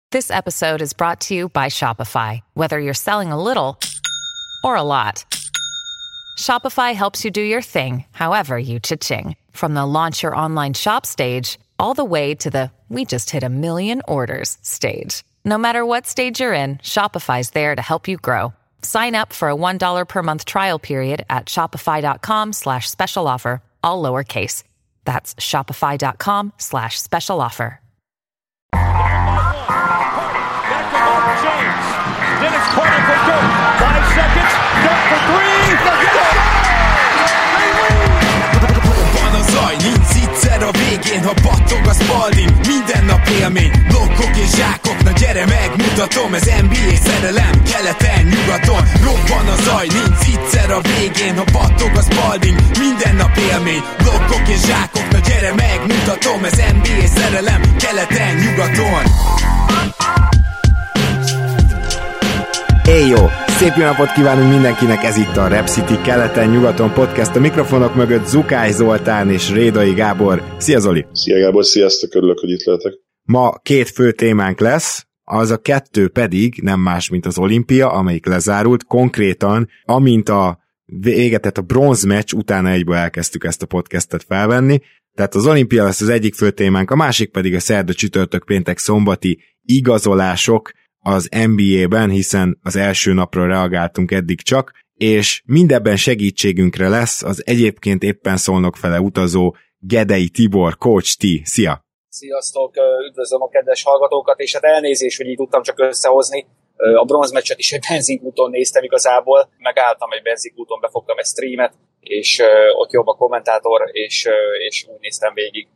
This episode is brought to you by Shopify. Whether you're selling a little or a lot, Shopify helps you do your thing, however you cha-ching. From the launch your online shop stage, all the way to the we just hit 1 million orders stage. No matter what stage you're in, Shopify's there to help you grow. Sign up for a $1 per month trial period at shopify.com/special offer, all lowercase. That's shopify.com/special offer. Dennis corner for Dirk. 5 seconds. Dirk for 3. Van a zaj, nincs egyszer a végén, ha battog a Spalding, minden nap élmény, blokkok és zsákok, na gyere megmutatom, ez NBA szerelem, keleten, nyugaton, robban a zaj, nincs egyszer a végén, ha battog a Spalding, minden nap élmény, blokkok és zsákok, na gyere megmutatom, ez NBA szerelem, keleten, nyugaton. Éj jó! Szép jó napot kívánunk mindenkinek, ez itt a Rep City keleten-nyugaton podcast, a mikrofonok mögött Zukály Zoltán és Rédai Gábor. Szia Zoli! Szia Gábor, sziasztok, örülök, hogy itt lehetek. Ma 2 fő témánk lesz, az a 2 pedig nem más, mint az olimpia, amelyik lezárult. Konkrétan, amint a véget tett a bronz meccs, utána egyből elkezdtük ezt a podcastet felvenni. Tehát az olimpia lesz az egyik fő témánk, a másik pedig a szerda, csütörtök, péntek, szombati igazolások az NBA-ben, hiszen az első napra reagáltunk eddig csak, és mindebben segítségünkre lesz az egyébként éppen Szolnokfele utazó Gedei Tibor, Coach T. Szia! Sziasztok, üdvözlöm a kedves hallgatókat, és hát elnézést, hogy így tudtam csak összehozni. A bronzmeccset is egy benzinkúton néztem igazából, megálltam egy benzinkúton, befogtam egy streamet, és ott jobb a kommentátor, és úgy néztem végig.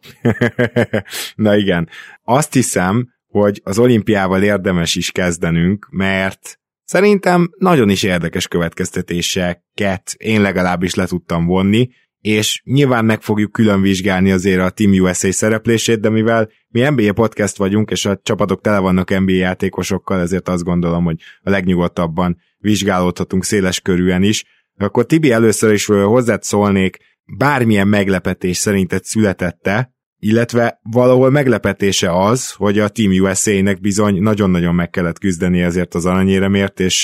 Na igen, azt hiszem, hogy az olimpiával érdemes is kezdenünk, mert szerintem nagyon is érdekes következtetéseket én legalábbis le tudtam vonni, és nyilván meg fogjuk külön vizsgálni azért a Team USA szereplését, de mivel mi NBA podcast vagyunk, és a csapatok tele vannak NBA játékosokkal, ezért azt gondolom, hogy a legnyugodtabban vizsgálódhatunk széles körűen is. Akkor Tibi, először is hozzád szólnék, bármilyen meglepetés szerinted születette, illetve valahol meglepetése az, hogy a Team USA-nek bizony nagyon-nagyon meg kellett küzdeni ezért az aranyéremért, és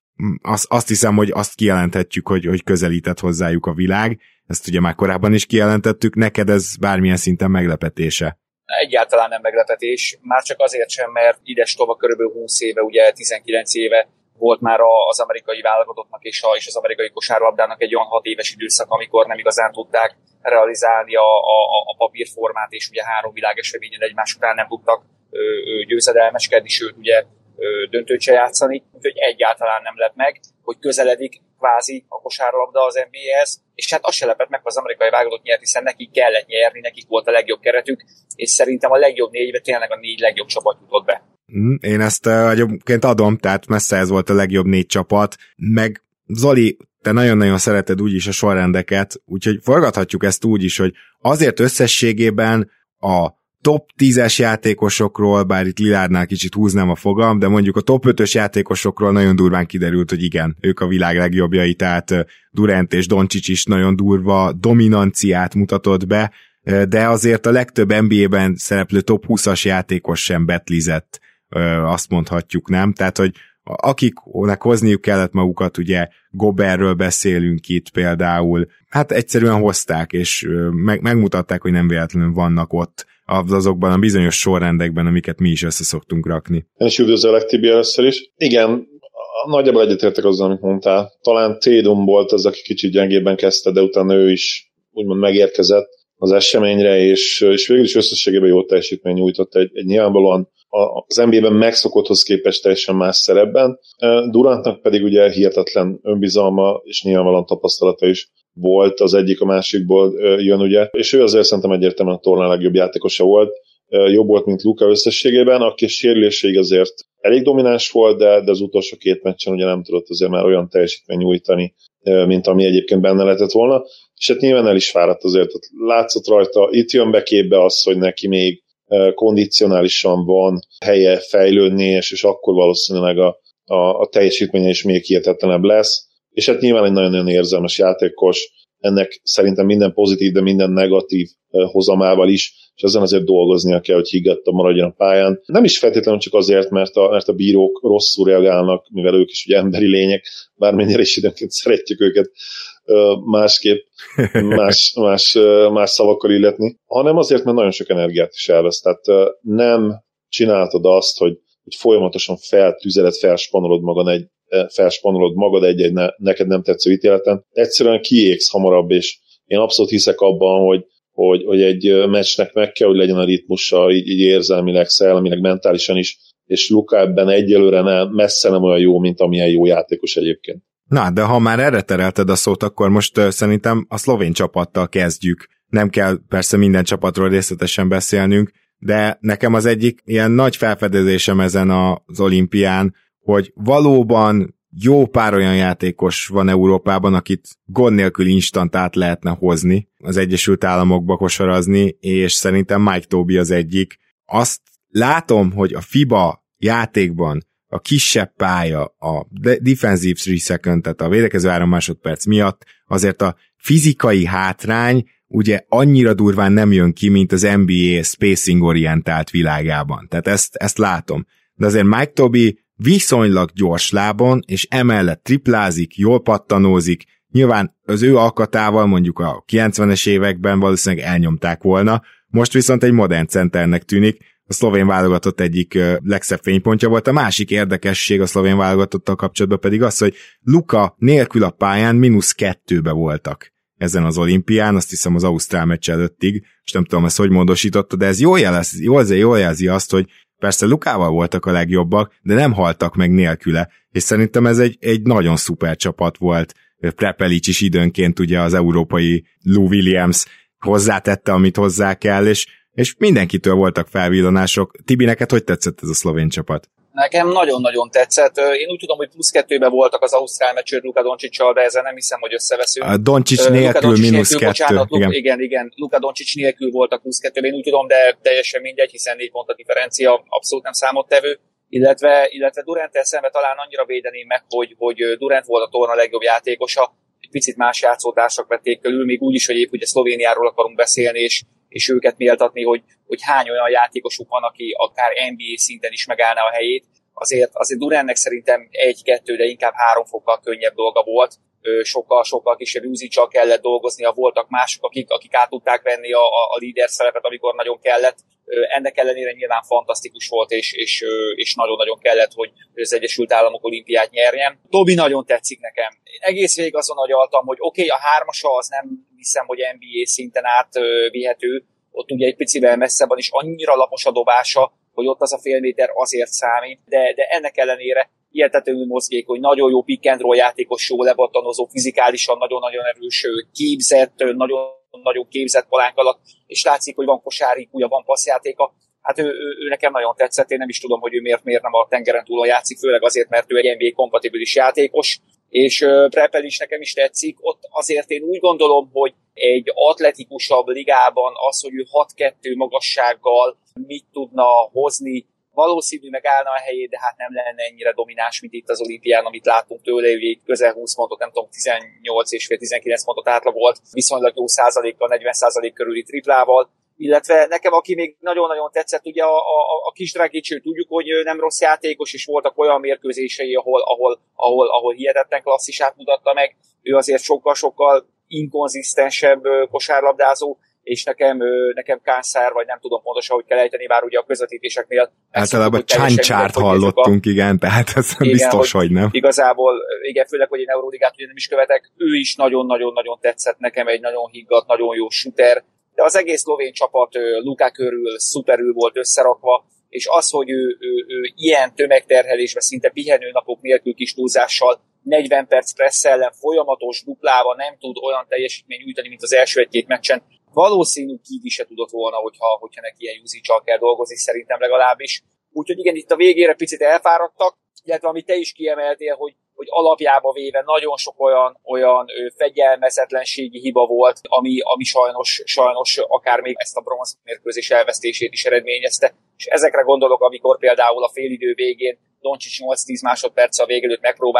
azt hiszem, hogy azt kijelenthetjük, hogy közelített hozzájuk a világ. Ezt ugye már korábban is kijelentettük, neked ez bármilyen szinten meglepetése? Egyáltalán nem meglepetés, már csak azért sem, mert idestova körülbelül 20 éve, ugye 19 éve volt már az amerikai válogatottnak és az amerikai kosárlabdának egy olyan 6 éves időszak, amikor nem igazán tudták realizálni a papírformát, és ugye 3 világeseményen egymás után nem tudtak győzedelmeskedni, sőt ugye döntőt se játszani, úgyhogy egyáltalán nem lett meg, hogy közeledik kvázi a kosárlabda az NBA-hez, és hát az se lepett meg, hogy az amerikai válogatott nyert, hiszen nekik kellett nyerni, nekik volt a legjobb keretük, és szerintem a legjobb 4-be tényleg a 4 legjobb csapat jutott be. Én ezt egyébként adom, tehát messze ez volt a legjobb 4 csapat, meg Zoli, te nagyon-nagyon szereted úgyis a sorrendeket, úgyhogy forgathatjuk ezt úgy is, hogy azért összességében a top 10-es játékosokról, bár itt Lillardnál kicsit húznám a fogam, de mondjuk a top 5-ös játékosokról nagyon durván kiderült, hogy igen, ők a világ legjobbjai, tehát Durant és Doncic is nagyon durva dominanciát mutatott be, de azért a legtöbb NBA-ben szereplő top 20-as játékos sem betlizett, azt mondhatjuk, nem? Tehát, hogy akiknek hozniuk kellett magukat, ugye Gobertről beszélünk itt például, hát egyszerűen hozták, és megmutatták, hogy nem véletlenül vannak ott azokban a bizonyos sorrendekben, amiket mi is össze szoktunk rakni. Én is üdvözöllek, Tibi, először is. Igen, nagyjából egyetértek azzal, amit mondtál. Talán Tatum volt az, aki kicsit gyengébben kezdte, de utána ő is úgymond megérkezett az eseményre, és végül is összességében jó teljesítmény nyújtott egy nyilvánvalóan az NBA-ben megszokotthoz képest teljesen más szerepben. Durantnak pedig ugye hihetetlen önbizalma és nyilvánvalóan tapasztalata is volt, az egyik a másikból jön ugye, és ő azért szerintem egyértelműen a torna legjobb játékosa volt, jobb volt, mint Luka összességében, aki sérüléséig azért elég domináns volt, de az utolsó 2 meccsen ugye nem tudott azért már olyan teljesítmény nyújtani, mint ami egyébként benne lehetett volna, és hát nyilván el is fáradt azért, látszott rajta, itt jön be képbe az, hogy neki még kondicionálisan van helye fejlődni, és akkor valószínűleg a teljesítménye is még hihetetlenebb lesz, és hát nyilván egy nagyon-nagyon érzelmes játékos, ennek szerintem minden pozitív, de minden negatív hozamával is, és ezen azért dolgoznia kell, hogy higgadtabb maradjon a pályán. Nem is feltétlenül csak azért, mert a bírók rosszul reagálnak, mivel ők is ugye emberi lények, bármennyire is időnként szeretjük őket másképp, más szavakkal illetni, hanem azért, mert nagyon sok energiát is elvesz. Tehát nem csináltad azt, hogy folyamatosan felspanolod magad egy neked nem tetsző ítéleten. Egyszerűen kiégsz hamarabb, és én abszolút hiszek abban, hogy egy meccsnek meg kell, hogy legyen a ritmusa, így érzelmileg, szellemileg, mentálisan is, és Luka ebben egyelőre messze nem olyan jó, mint amilyen jó játékos egyébként. Na, de ha már erre terelted a szót, akkor most szerintem a szlovén csapattal kezdjük. Nem kell persze minden csapatról részletesen beszélnünk, de nekem az egyik ilyen nagy felfedezésem ezen az olimpián, hogy valóban jó pár olyan játékos van Európában, akit gond nélkül instant át lehetne hozni, az Egyesült Államokba kosarazni, és szerintem Mike Tobey az egyik. Azt látom, hogy a FIBA játékban a kisebb pálya, a defensive 3 second, tehát a védekező 3 másodperc miatt azért a fizikai hátrány ugye annyira durván nem jön ki, mint az NBA spacing-orientált világában. Tehát ezt látom. De azért Mike Tobey viszonylag gyors lábon, és emellett triplázik, jól pattanózik, nyilván az ő alkatával mondjuk a 90-es években valószínűleg elnyomták volna, most viszont egy modern centernek tűnik, a szlovén válogatott egyik legszebb fénypontja volt. A másik érdekesség a szlovén válogatottal kapcsolatban pedig az, hogy Luka nélkül a pályán -2-be voltak ezen az olimpián, azt hiszem az ausztrál meccs előttig, és nem tudom ezt hogy módosította, de ez jól jelzi azt, hogy persze Lukával voltak a legjobbak, de nem haltak meg nélküle, és szerintem ez egy nagyon szuper csapat volt. Prepelic is időnként ugye az európai Lou Williams hozzátette, amit hozzá kell, és mindenkitől voltak felvillanások. Tibi, neked hogy tetszett ez a szlovén csapat? Nekem nagyon-nagyon tetszett. Én úgy tudom, hogy +2-ben voltak az ausztrál meccsőr Luka Doncsicsal, de ezzel nem hiszem, hogy összeveszünk. A Doncsics nélkül -2. Igen, Luka Doncsics nélkül voltak +2-ben, én úgy tudom, de teljesen mindegy, hiszen 4 pont a differencia, abszolút nem számottevő. Illetve Duranttel szemben talán annyira védeném meg, hogy Durant volt a torna legjobb játékosa, egy picit más játszótársak vették körül, még úgy is, hogy épp ugye Szlovéniáról akarunk beszélni, és őket méltatni, hogy hány olyan játékosuk van, aki akár NBA szinten is megállná a helyét. Azért Durantnek szerintem 1-2, de inkább 3 fokkal könnyebb dolga volt. Sokkal kisebb Uzicsal kellett dolgoznia, voltak mások, akik át tudták venni a líder szerepet, amikor nagyon kellett. Ennek ellenére nyilván fantasztikus volt, és nagyon-nagyon kellett, hogy az Egyesült Államok olimpiát nyerjen. Tobi nagyon tetszik nekem. Én egész végig azon agyaltam, hogy oké, a 3-asa az nem hiszem, hogy NBA szinten átvihető, ott ugye egy picivel messzebb van, és annyira lapos a dobása, hogy ott az a fél méter azért számít, de ennek ellenére hihetetlenül mozgékony, nagyon jó pick and roll játékos, jó lebattanozó, fizikálisan nagyon-nagyon erős, képzett, nagyon képzett palánk alatt, és látszik, hogy van kosárikúja, van passzjátéka. Hát ő nekem nagyon tetszett, én nem is tudom, hogy ő miért nem a tengeren túlon játszik, főleg azért, mert ő egy NBA-kompatibilis játékos, és Prepelic nekem is tetszik. Ott azért én úgy gondolom, hogy egy atletikusabb ligában az, hogy ő 6-2 magassággal mit tudna hozni, valószínű megállna a helyét, de hát nem lenne ennyire domináns, mint itt az olimpián, amit láttunk tőle, hogy közel 20 pontot, nem tudom, 18,5-19 pontot átlagolt, viszonylag jó százalékkal, 40% körüli triplával, illetve nekem, aki még nagyon-nagyon tetszett, ugye a kis Dragic, tudjuk, hogy nem rossz játékos, és voltak olyan mérkőzései, ahol hihetetlen klasszisát mutatta meg, ő azért sokkal-sokkal inkonzisztensebb kosárlabdázó, és nekem Kánszár, vagy nem tudom pontosan, hogy kell ejteni, bár ugye a közvetítéseknél... Általában Csáncsárt hallottunk, igen, tehát ez igen, biztos, hogy nem. Igazából, igen, főleg, hogy én Euróligát ugye nem is követek, ő is nagyon-nagyon-nagyon tetszett nekem, egy nagyon higgadt, nagyon jó shooter, de az egész szlovén csapat Luka körül szuperül volt összerakva, és az, hogy ő ilyen tömegterhelésben, szinte pihenő napok nélkül kis túlzással 40 perc pressz ellen folyamatos duplával nem tud olyan teljesítményt nyújtani, mint az első 1-2 meccsen, valószínű Kidi se tudott volna, hogyha neki ilyen Uzicsal kell dolgozni, szerintem legalábbis. Úgyhogy igen, itt a végére picit elfáradtak, illetve amit te is kiemeltél, hogy alapjába véve nagyon sok olyan fegyelmezetlenségi hiba volt, ami sajnos akár még ezt a bronz mérkőzés elvesztését is eredményezte. És ezekre gondolok, amikor például a félidő végén Doncsics 8-10 másodperccel a végelőtt megpróbált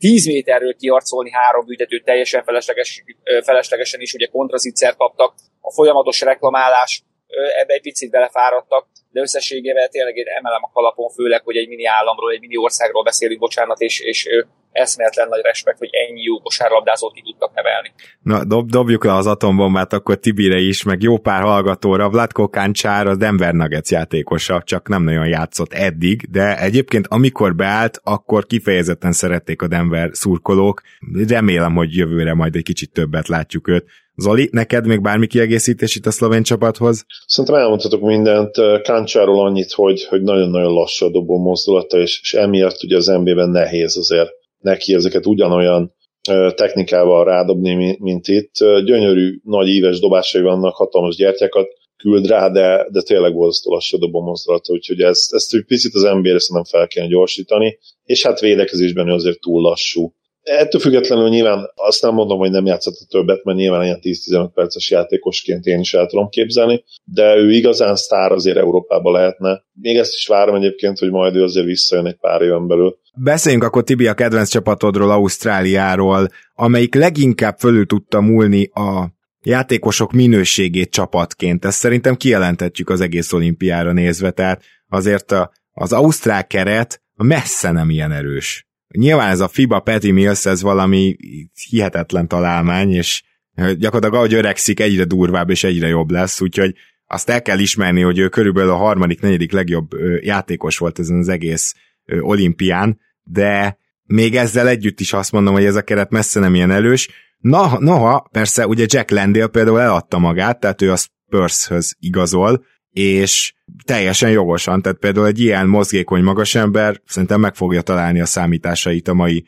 10 méterről kiarcolni 3 büntetőt teljesen feleslegesen is, ugye kontrazicser kaptak, a folyamatos reklamálás, ebbe egy picit belefáradtak, de összességében tényleg én emelem a kalapon, főleg, hogy egy mini államról, egy mini országról beszélünk, bocsánat, és eszméletlen nagy respekt, hogy ennyi jó kosárlabdázót ki tudtak nevelni. Na, dobjuk le az atombombát akkor Tibire is, meg jó pár hallgatóra. Vlatko Kancsár a Denver Nuggets játékosa, csak nem nagyon játszott eddig, de egyébként amikor beállt, akkor kifejezetten szerették a Denver szurkolók. Remélem, hogy jövőre majd egy kicsit többet látjuk őt. Zoli, neked még bármi kiegészítés itt a szlovén csapathoz? Szerintem elmondhatok mindent. Kancsáról annyit, hogy nagyon-nagyon lassú a dobó mozdulata, és emiatt ugye az NBA-ben nehéz azért neki ezeket ugyanolyan technikával rádobni, mint itt. Gyönyörű, nagy íves dobásai vannak, hatalmas gyertyákat küld rá, de tényleg borzasztó lassú a dobó mozdulata, úgyhogy ezt egy picit az NBA-re szerintem fel kéne gyorsítani, és hát védekezésben ő azért túl lassú. Ettől függetlenül nyilván azt nem mondom, hogy nem játszott többet, mert nyilván ilyen 10-15 perces játékosként én is el tudom képzelni, de ő igazán sztár azért Európában lehetne. Még ezt is várom egyébként, hogy majd ő azért visszajön egy pár éven belül. Beszéljünk akkor, Tibi, a kedvenc csapatodról, Ausztráliáról, amelyik leginkább fölül tudta múlni a játékosok minőségét csapatként. Ezt szerintem kijelenthetjük az egész olimpiára nézve, tehát azért az ausztrál keret messze nem ilyen erős. Nyilván ez a FIBA Patty Mills, ez valami hihetetlen találmány, és gyakorlatilag ahogy öregszik, egyre durvább és egyre jobb lesz, úgyhogy azt el kell ismerni, hogy ő körülbelül a 3.-4. legjobb játékos volt ezen az egész olimpián, de még ezzel együtt is azt mondom, hogy ez a keret messze nem ilyen erős. Noha, persze ugye Jack Landale például eladta magát, tehát ő a Spurshöz igazol, és teljesen jogosan, tehát például egy ilyen mozgékony magas ember szerintem meg fogja találni a számításait a mai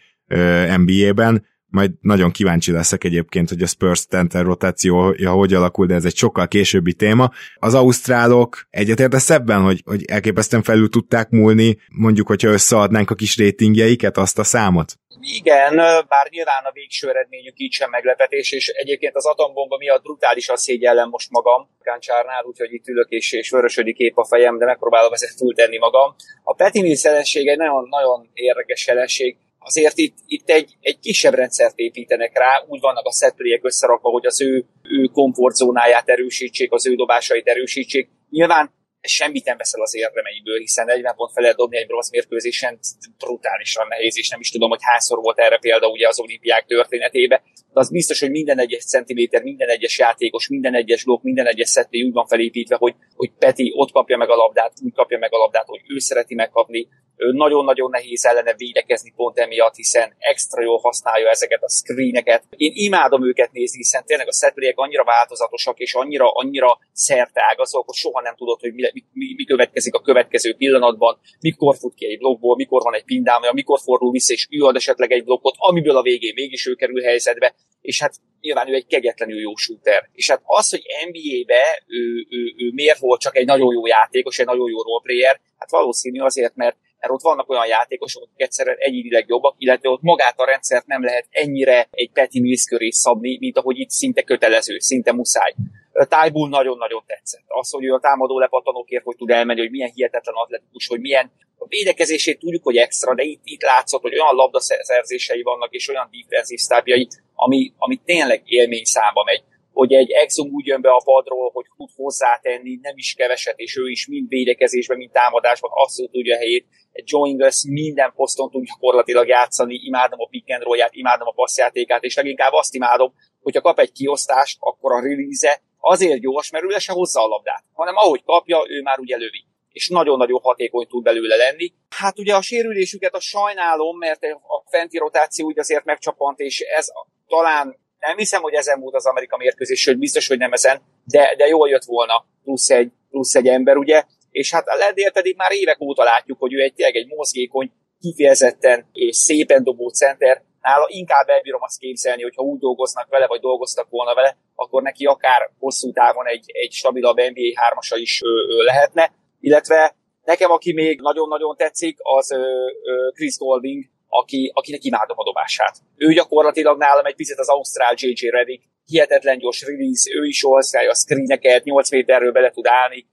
NBA-ben, majd nagyon kíváncsi leszek egyébként, hogy a Spurs center rotációja hogy alakul, de ez egy sokkal későbbi téma. Az ausztrálok egyetértesz ebben, hogy elképesztően felül tudták múlni, mondjuk, hogyha összeadnánk a kis rétingjeiket, azt a számot? Igen, bár nyilván a végső eredményük így sem meglepetés, és egyébként az atombomba miatt brutálisan szégyellem most magam Kancsárnál, úgyhogy itt ülök és vörösödik épp a fejem, de megpróbálom ezért túltenni magam. A Patty Mills jelenség egy nagyon érdekes jelenség. Azért itt egy kisebb rendszert építenek rá, úgy vannak a setplayek összerakva, hogy az ő komfortzónáját erősítsék, az ő dobásait erősítsék. Nyilván semmit nem veszel az érdemeiből, hiszen 40 pont fel lehet dobni egy bronz mérkőzésen, brutálisan nehéz, és nem is tudom, hogy hányszor volt erre példa ugye az olimpiák történetében, de az biztos, hogy minden egyes centiméter, minden egyes játékos, minden egyes blokk, minden egyes setplay úgy van felépítve, hogy Peti ott kapja meg a labdát, úgy kapja meg a labdát, hogy ő szereti megkapni. Nagyon-nagyon nehéz ellene védekezni pont emiatt, hiszen extra jól használja ezeket a screeneket. Én imádom őket nézni, hiszen tényleg a setplayek annyira változatosak, és annyira szerteágazók, hogy soha nem tudod, hogy mi következik a következő pillanatban, mikor fut ki egy blokkból, mikor van egy pindámja, mikor fordul vissza, és ő ad esetleg egy blokkot, amiből a végén mégis ő kerül helyzetbe, és hát nyilván ő egy kegyetlenül jó shooter. És hát az, hogy NBA-be ő miért volt csak egy nagyon jó játékos, egy nagyon jó roleplayer, hát valószínű azért, mert ott vannak olyan játékosok, akik egyszerűen egyedileg jobbak, illetve ott magát a rendszert nem lehet ennyire egy Patty Mills köré szabni, mint ahogy itt szinte kötelező, szinte muszáj. Ty Bull nagyon-nagyon tetszett. Az, hogy ő a támadó lepattanókért hogy tud elmenni, hogy milyen hihetetlen atletikus, hogy milyen a védekezését tudjuk, hogy extra, de itt látszott, hogy olyan labdaszerzései vannak, és olyan defensív sztábjai, ami tényleg élményszámba megy. Hogy egy Exum úgy jön be a padról, hogy tud hozzátenni, nem is keveset, és ő is mind védekezésben, mind támadásban abszolút tudja a helyét. Egy Joe Ingles minden poszton tud gyakorlatilag játszani, imádom a pick and roll-ját, imádom a passzjátékát, és leginkább azt imádom, hogyha kap egy kiosztást, akkor a release-e azért gyors, mert ő le se hozza a labdát, hanem ahogy kapja, ő már ugye lövi. És nagyon-nagyon hatékony tud belőle lenni. Hát ugye a sérülésüket sajnálom, mert a fenti rotáció úgy azért megcsapant, és ez talán nem hiszem, hogy ezen volt az Amerika mérkőzés, sőt biztos, hogy nem ezen, de jól jött volna plusz egy ember, ugye, és hát a Ledél pedig már évek óta látjuk, hogy ő egy mozgékony, kifejezetten szépen dobó center, nála inkább elbírom azt képzelni, hogyha úgy dolgoznak vele, vagy dolgoztak volna vele, akkor neki akár hosszú távon egy stabilabb NBA 3-asa is lehetne, illetve nekem, aki még nagyon-nagyon tetszik, az Chris Golding, akinek imádom a dobását. Ő gyakorlatilag nálam egy picit az ausztrál J.J. Redick, hihetetlen gyors release, ő is jól használja a screeneket, 8 méterről bele tud állni,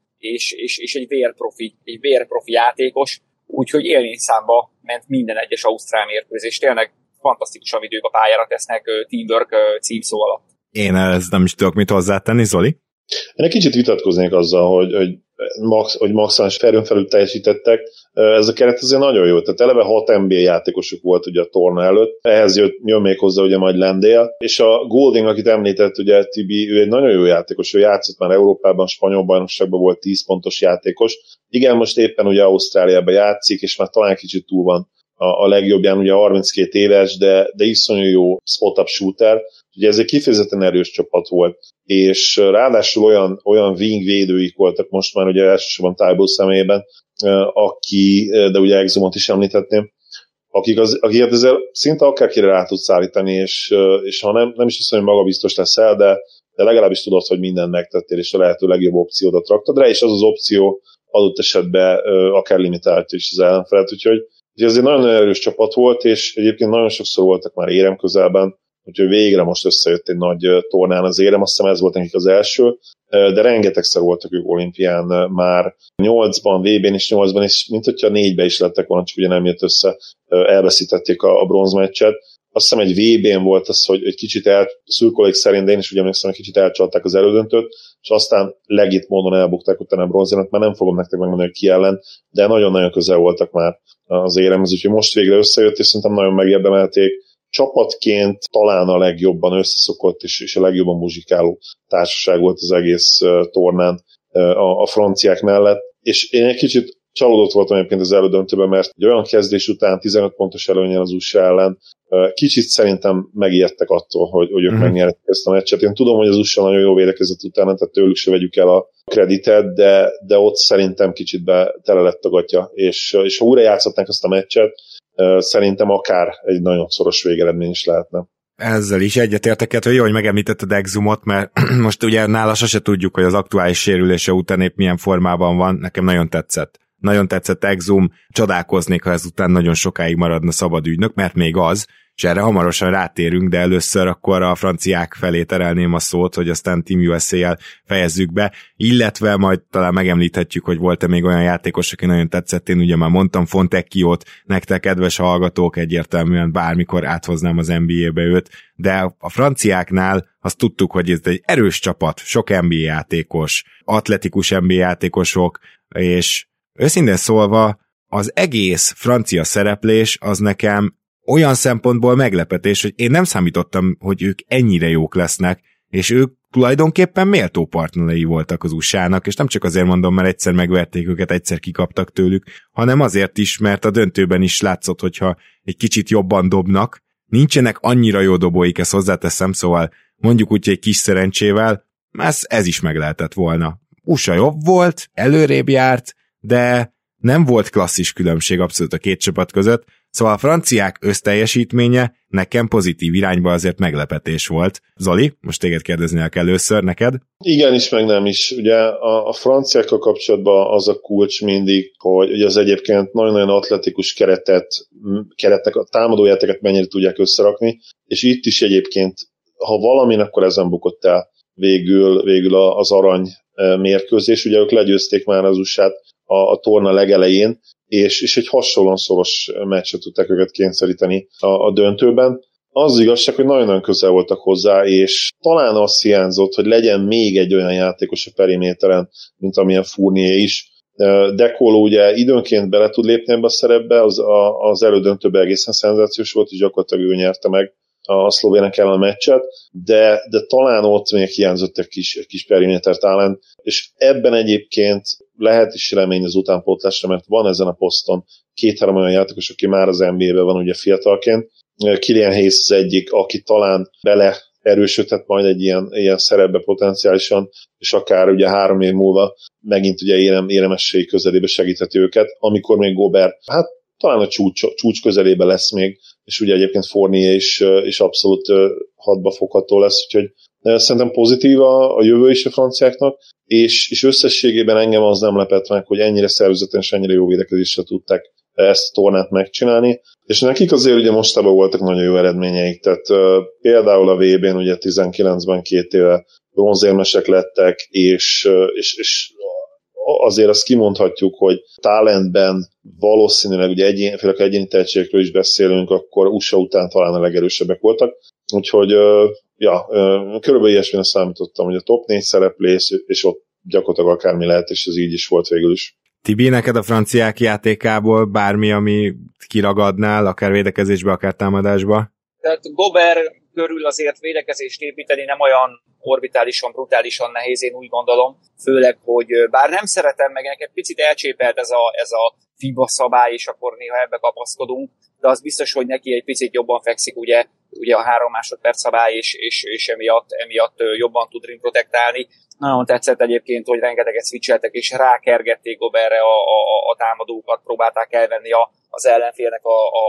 és egy vérprofi játékos, úgyhogy élményszámba ment minden egyes ausztrál mérkőzés. Tényleg fantasztikusan idők a pályára tesznek teamwork címszó alatt. Én ezt nem is tudok mit hozzátenni, Zoli? Én egy kicsit vitatkoznék azzal, hogy maximális felül felül teljesítettek. Ez a keret azért nagyon jó. Tehát eleve 6 NBA játékosuk volt ugye a torna előtt. Ehhez jön még hozzá ugye majd Landale. És a Golding, akit említett, ugye Tibi, ő egy nagyon jó játékos. Ő játszott már Európában, spanyol bajnokságban volt 10 pontos játékos. Igen, most éppen ugye Ausztráliában játszik, és már talán kicsit túl van a legjobbján, ugye 32 éves, de iszonyú jó spot-up shooter. Ugye ez egy kifejezetten erős csapat volt, és ráadásul olyan wing védőik voltak most már ugye elsősorban Thybulle személyében, de ugye Exumot is említhetném, akiket ezzel szinte akárkire rá tudsz állítani, és ha nem is azt mondom, hogy magabiztos leszel, de legalábbis tudod, hogy mindent megtettél, és a lehető legjobb opciódat raktad rá, és az opció adott esetben akár limitálta is az ellenfelet, úgyhogy ez egy nagyon erős csapat volt, és egyébként nagyon sokszor voltak már érem közelben, úgyhogy végre most összejött egy nagy tornán az érem, azt hiszem ez volt nekik az első, de rengetegszer voltak ők olimpián már 8-ban, VB-n és 8-ban, és mint hogyha 4-ben is lettek volna, csak ugye nem jött össze, elveszítették a bronzmeccset. Azt hiszem egy VB-n volt az, hogy egy kicsit szurkolóik szerint, de én is ugye emlékszem, hogy kicsit elcsalták az elődöntőt, és aztán legit módon elbukták utána a bronzérmet, már nem fogom nektek megmondani, hogy ki ellen, de nagyon-nagyon közel voltak már az éremhez, úgyhogy most végre összejött, és szerintem nagyon megérdemelték. Csapatként talán a legjobban összeszokott és a legjobban muzsikáló társaság volt az egész tornán a franciák mellett, és én egy kicsit csalódott voltam egyébként az elődöntőben, mert egy olyan kezdés után 15 pontos előnnyel az USA ellen kicsit szerintem megijedtek attól, hogy ők megnyerték ezt a meccset. Én tudom, hogy az USA nagyon jó védekezett utána, tehát tőlük se vegyük el a kreditet, de ott szerintem kicsit tele lett a gatya, és ha újra játszhatnánk azt a meccset, szerintem akár egy nagyon szoros végeredmény is lehetne. Ezzel is egyetértek, hogy jó, hogy megemlítetted Exumot, mert most ugye nála sose tudjuk, hogy az aktuális sérülése után épp milyen formában van, nekem nagyon tetszett. Nagyon tetszett Exum, csodálkoznék, ha ezután nagyon sokáig maradna szabad ügynök, mert még az, és erre hamarosan rátérünk, de először akkor a franciák felé terelném a szót, hogy aztán Team USA-jel fejezzük be, illetve majd talán megemlíthetjük, hogy volt-e még olyan játékos, aki nagyon tetszett, én ugye már mondtam Fontecchiót, nektek kedves hallgatók, egyértelműen bármikor áthoznám az NBA-be őt, de a franciáknál azt tudtuk, hogy ez egy erős csapat, sok NBA játékos, atletikus NBA játékosok, és őszintén szólva az egész francia szereplés az nekem olyan szempontból meglepetés, hogy én nem számítottam, hogy ők ennyire jók lesznek, és ők tulajdonképpen méltó partnerei voltak az USA-nak, és nem csak azért mondom, mert egyszer megverték őket, egyszer kikaptak tőlük, hanem azért is, mert a döntőben is látszott, hogyha egy kicsit jobban dobnak, nincsenek annyira jó dobóik, ezt hozzáteszem, szóval mondjuk úgy, hogy egy kis szerencsével, ez is meg lehetett volna. USA jobb volt, előrébb járt, de nem volt klasszis különbség abszolút a két csapat között, szóval a franciák összteljesítménye nekem pozitív irányba azért meglepetés volt. Zoli, most téged kérdeznék először, neked? Igen is, meg nem is. Ugye a franciákkal kapcsolatban az a kulcs mindig, hogy az egyébként nagyon-nagyon atletikus keretnek a támadójátéket mennyire tudják összerakni, és itt is egyébként, ha valamin, akkor ezen bukott el végül az arany mérkőzés. Ugye ők legyőzték már az USA-t a torna legelején, és egy hasonlóan szoros meccset tudták őket kényszeríteni a döntőben. Az igazság, hogy nagyon-nagyon közel voltak hozzá, és talán azt hiányzott, hogy legyen még egy olyan játékos a periméteren, mint amilyen Fournier is. Dekolo ugye időnként bele tud lépni ebbe a szerepbe, az elődöntőben egészen szenzációs volt, és gyakorlatilag ő nyerte meg a szlovének ellen a meccset, de talán ott még hiányzott egy kis periméter talán, és ebben egyébként lehet is remény az utánpótlásra, mert van ezen a poszton 2-3 olyan játékos, aki már az NBA-ben van ugye fiatalként. Killian Hayes az egyik, aki talán bele erősödhet majd egy ilyen szerepbe potenciálisan, és akár ugye 3 év múlva megint ugye éremességi közelébe segítheti őket, amikor még Gobert, hát talán a csúcs közelébe lesz még, és ugye egyébként Fournier is abszolút hadba fogható lesz, úgyhogy szerintem pozitív a jövő is a franciáknak, és összességében engem az nem lepett meg, hogy ennyire szervezeten és ennyire jó védekezésre tudták ezt a tornát megcsinálni, és nekik azért ugye mostában voltak nagyon jó eredményeik, tehát például a VB-n ugye 19-ben 2 éve bronzérmesek lettek, és azért azt kimondhatjuk, hogy talentben valószínűleg, ugye főleg egyéni tehetségekről is beszélünk, akkor USA után talán a legerősebbek voltak. Úgyhogy körülbelül ilyesmire számítottam, hogy a top 4 szereplés, és ott gyakorlatilag akármi lehet, és ez így is volt végül is. Tibi, neked a franciák játékából bármi, ami kiragadnál, akár védekezésbe, akár támadásba? Tehát Gobert körül azért védekezést építeni nem olyan orbitálisan, brutálisan nehéz, én úgy gondolom, főleg, hogy bár nem szeretem, meg nekem picit elcsépelt ez a FIBA szabály, és akkor néha ebbe kapaszkodunk, de az biztos, hogy neki egy picit jobban fekszik ugye a 3 másodperc szabály, és emiatt jobban tud rim protektálni. Nagyon tetszett egyébként, hogy rengeteget switcheltek, és rákergették Goberre a támadókat, próbálták elvenni az ellenfélnek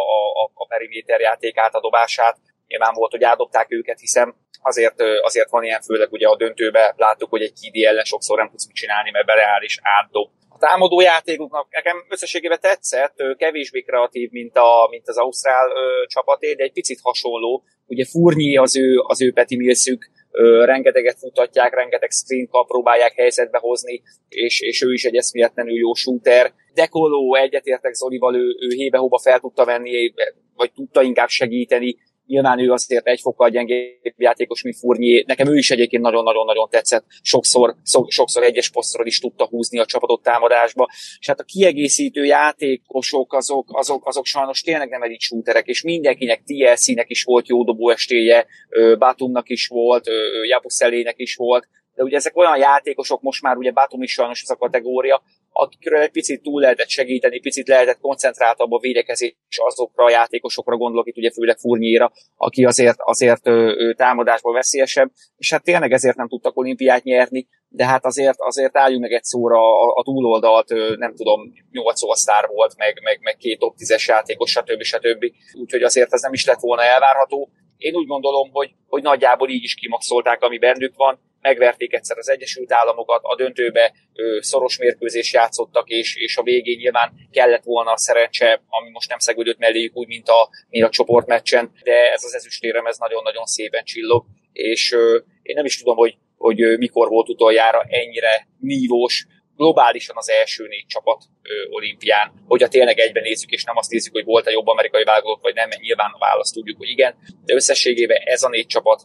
a periméter játékát, a dobását. Nyilván volt, hogy átdobták őket, hiszen azért van ilyen, főleg ugye a döntőben láttuk, hogy egy KD ellen sokszor nem tudsz mit csinálni, mert beleáll és átdob. A támadó játékuknak nekem összességében tetszett, kevésbé kreatív, mint az ausztrál csapaté, de egy picit hasonló. Ugye Fournier az ő Patty Millsük, rengeteget futatják, rengeteg screen kap, próbálják helyzetbe hozni, és ő is egy eszméletlenül jó shooter. Dekoló, egyetértek Zolival, ő hébe-hóba fel tudta venni, vagy tudta inkább segíteni. Nyilván ő azért egy fokkal gyengébb játékos, mint Fournier. Nekem ő is egyébként nagyon-nagyon-nagyon tetszett. Sokszor egyes posztról is tudta húzni a csapatot támadásba. És hát a kiegészítő játékosok azok sajnos tényleg nem elite shooterek, és mindenkinek, TLC-nek is volt jó dobó esélye, Batumnak is volt, Jabuselének is volt, de ugye ezek olyan játékosok, most már ugye Batum is sajnos ez a kategória, akikről egy picit túl lehetett segíteni, picit lehetett koncentráltabb a védekezés azokra a játékosokra, gondolok itt ugye főleg Fournierra, aki azért támadásban veszélyesebb, és hát tényleg ezért nem tudtak olimpiát nyerni, de hát azért álljunk meg egy szóra a túloldalt, nem tudom, 8 all-star volt, meg 2 top 10-es játékos, stb. Úgyhogy azért ez nem is lett volna elvárható. Én úgy gondolom, hogy nagyjából így is kimaxolták, ami bennük van, megverték egyszer az Egyesült Államokat, a döntőbe szoros mérkőzés játszottak, és a végén nyilván kellett volna a szerencse, ami most nem szegődött melléjük úgy, mint a csoportmeccsen, de ez az ezüstérem, ez nagyon-nagyon szépen csillog, és én nem is tudom, hogy mikor volt utoljára ennyire nívós, globálisan az első 4 csapat olimpián, hogyha tényleg egyben nézzük, és nem azt nézzük, hogy volt-e jobb amerikai válogatott, vagy nem, mert nyilván a választ tudjuk, hogy igen, de összességében ez a 4 csapat,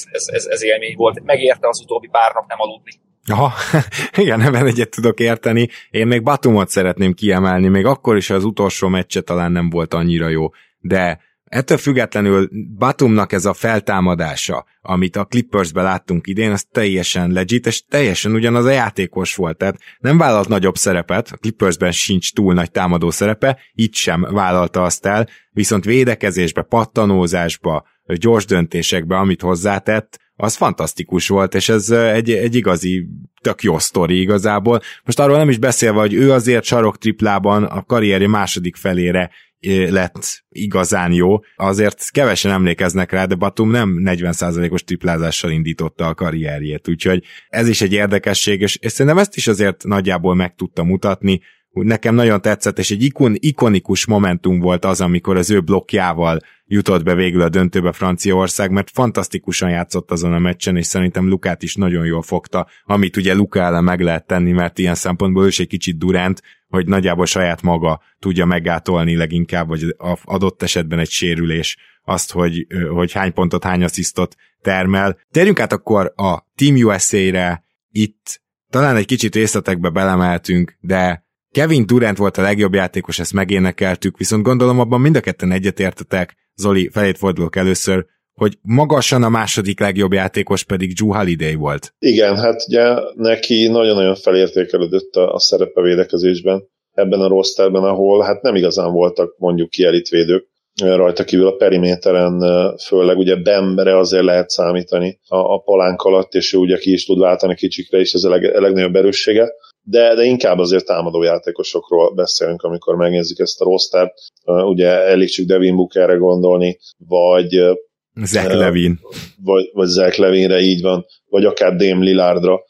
ez élmény volt. Megérte az utóbbi pár nap nem aludni. Aha, igen, ebben egyet tudok érteni. Én még Batumot szeretném kiemelni, még akkor is az utolsó meccse talán nem volt annyira jó, de ettől függetlenül Batumnak ez a feltámadása, amit a Clippersben láttunk idén, az teljesen legit, és teljesen ugyanaz a játékos volt. Tehát nem vállalt nagyobb szerepet, a Clippersben sincs túl nagy támadó szerepe, itt sem vállalta azt el, viszont védekezésbe, pattanózásba, gyors döntésekbe, amit hozzátett, az fantasztikus volt, és ez egy igazi, tök jó sztori igazából. Most arról nem is beszélve, hogy ő azért saroktriplában a karrierje második felére lett igazán jó. Azért kevesen emlékeznek rá, de Batum nem 40%-os triplázással indította a karrierjét, úgyhogy ez is egy érdekesség, és szerintem ezt is azért nagyjából meg tudta mutatni. Nekem nagyon tetszett, és egy ikonikus momentum volt az, amikor az ő blokkjával jutott be végül a döntőbe Franciaország, mert fantasztikusan játszott azon a meccsen, és szerintem Lukát is nagyon jól fogta, amit ugye Luka ellen meg lehet tenni, mert ilyen szempontból ő is egy kicsit Durant, hogy nagyjából saját maga tudja meggátolni leginkább, vagy adott esetben egy sérülés azt, hogy hány pontot, hány asszisztot termel. Térjünk át akkor a Team USA-re, itt talán egy kicsit részletekbe belemeltünk, de Kevin Durant volt a legjobb játékos, ezt megénekeltük, viszont gondolom abban mind a ketten egyetértetek, Zoli, felét fordulok először, hogy magasan a második legjobb játékos pedig Jrue Holiday volt. Igen, hát ugye neki nagyon-nagyon felértékelődött a szerepe védekezésben, ebben a rosterben, ahol hát nem igazán voltak mondjuk kielitvédők, rajta kívül a periméteren, főleg ugye Bemre azért lehet számítani a palánk alatt, és ő ugye ki is tud váltani kicsikre, és ez a legnagyobb erőssége. De inkább azért támadó játékosokról beszélünk, amikor megnézzük ezt a rostert. Ugye elég csak Devin Bookerre gondolni, vagy Zach Levine. Vagy Zach Levinre, így van, vagy akár Dame Lillardra,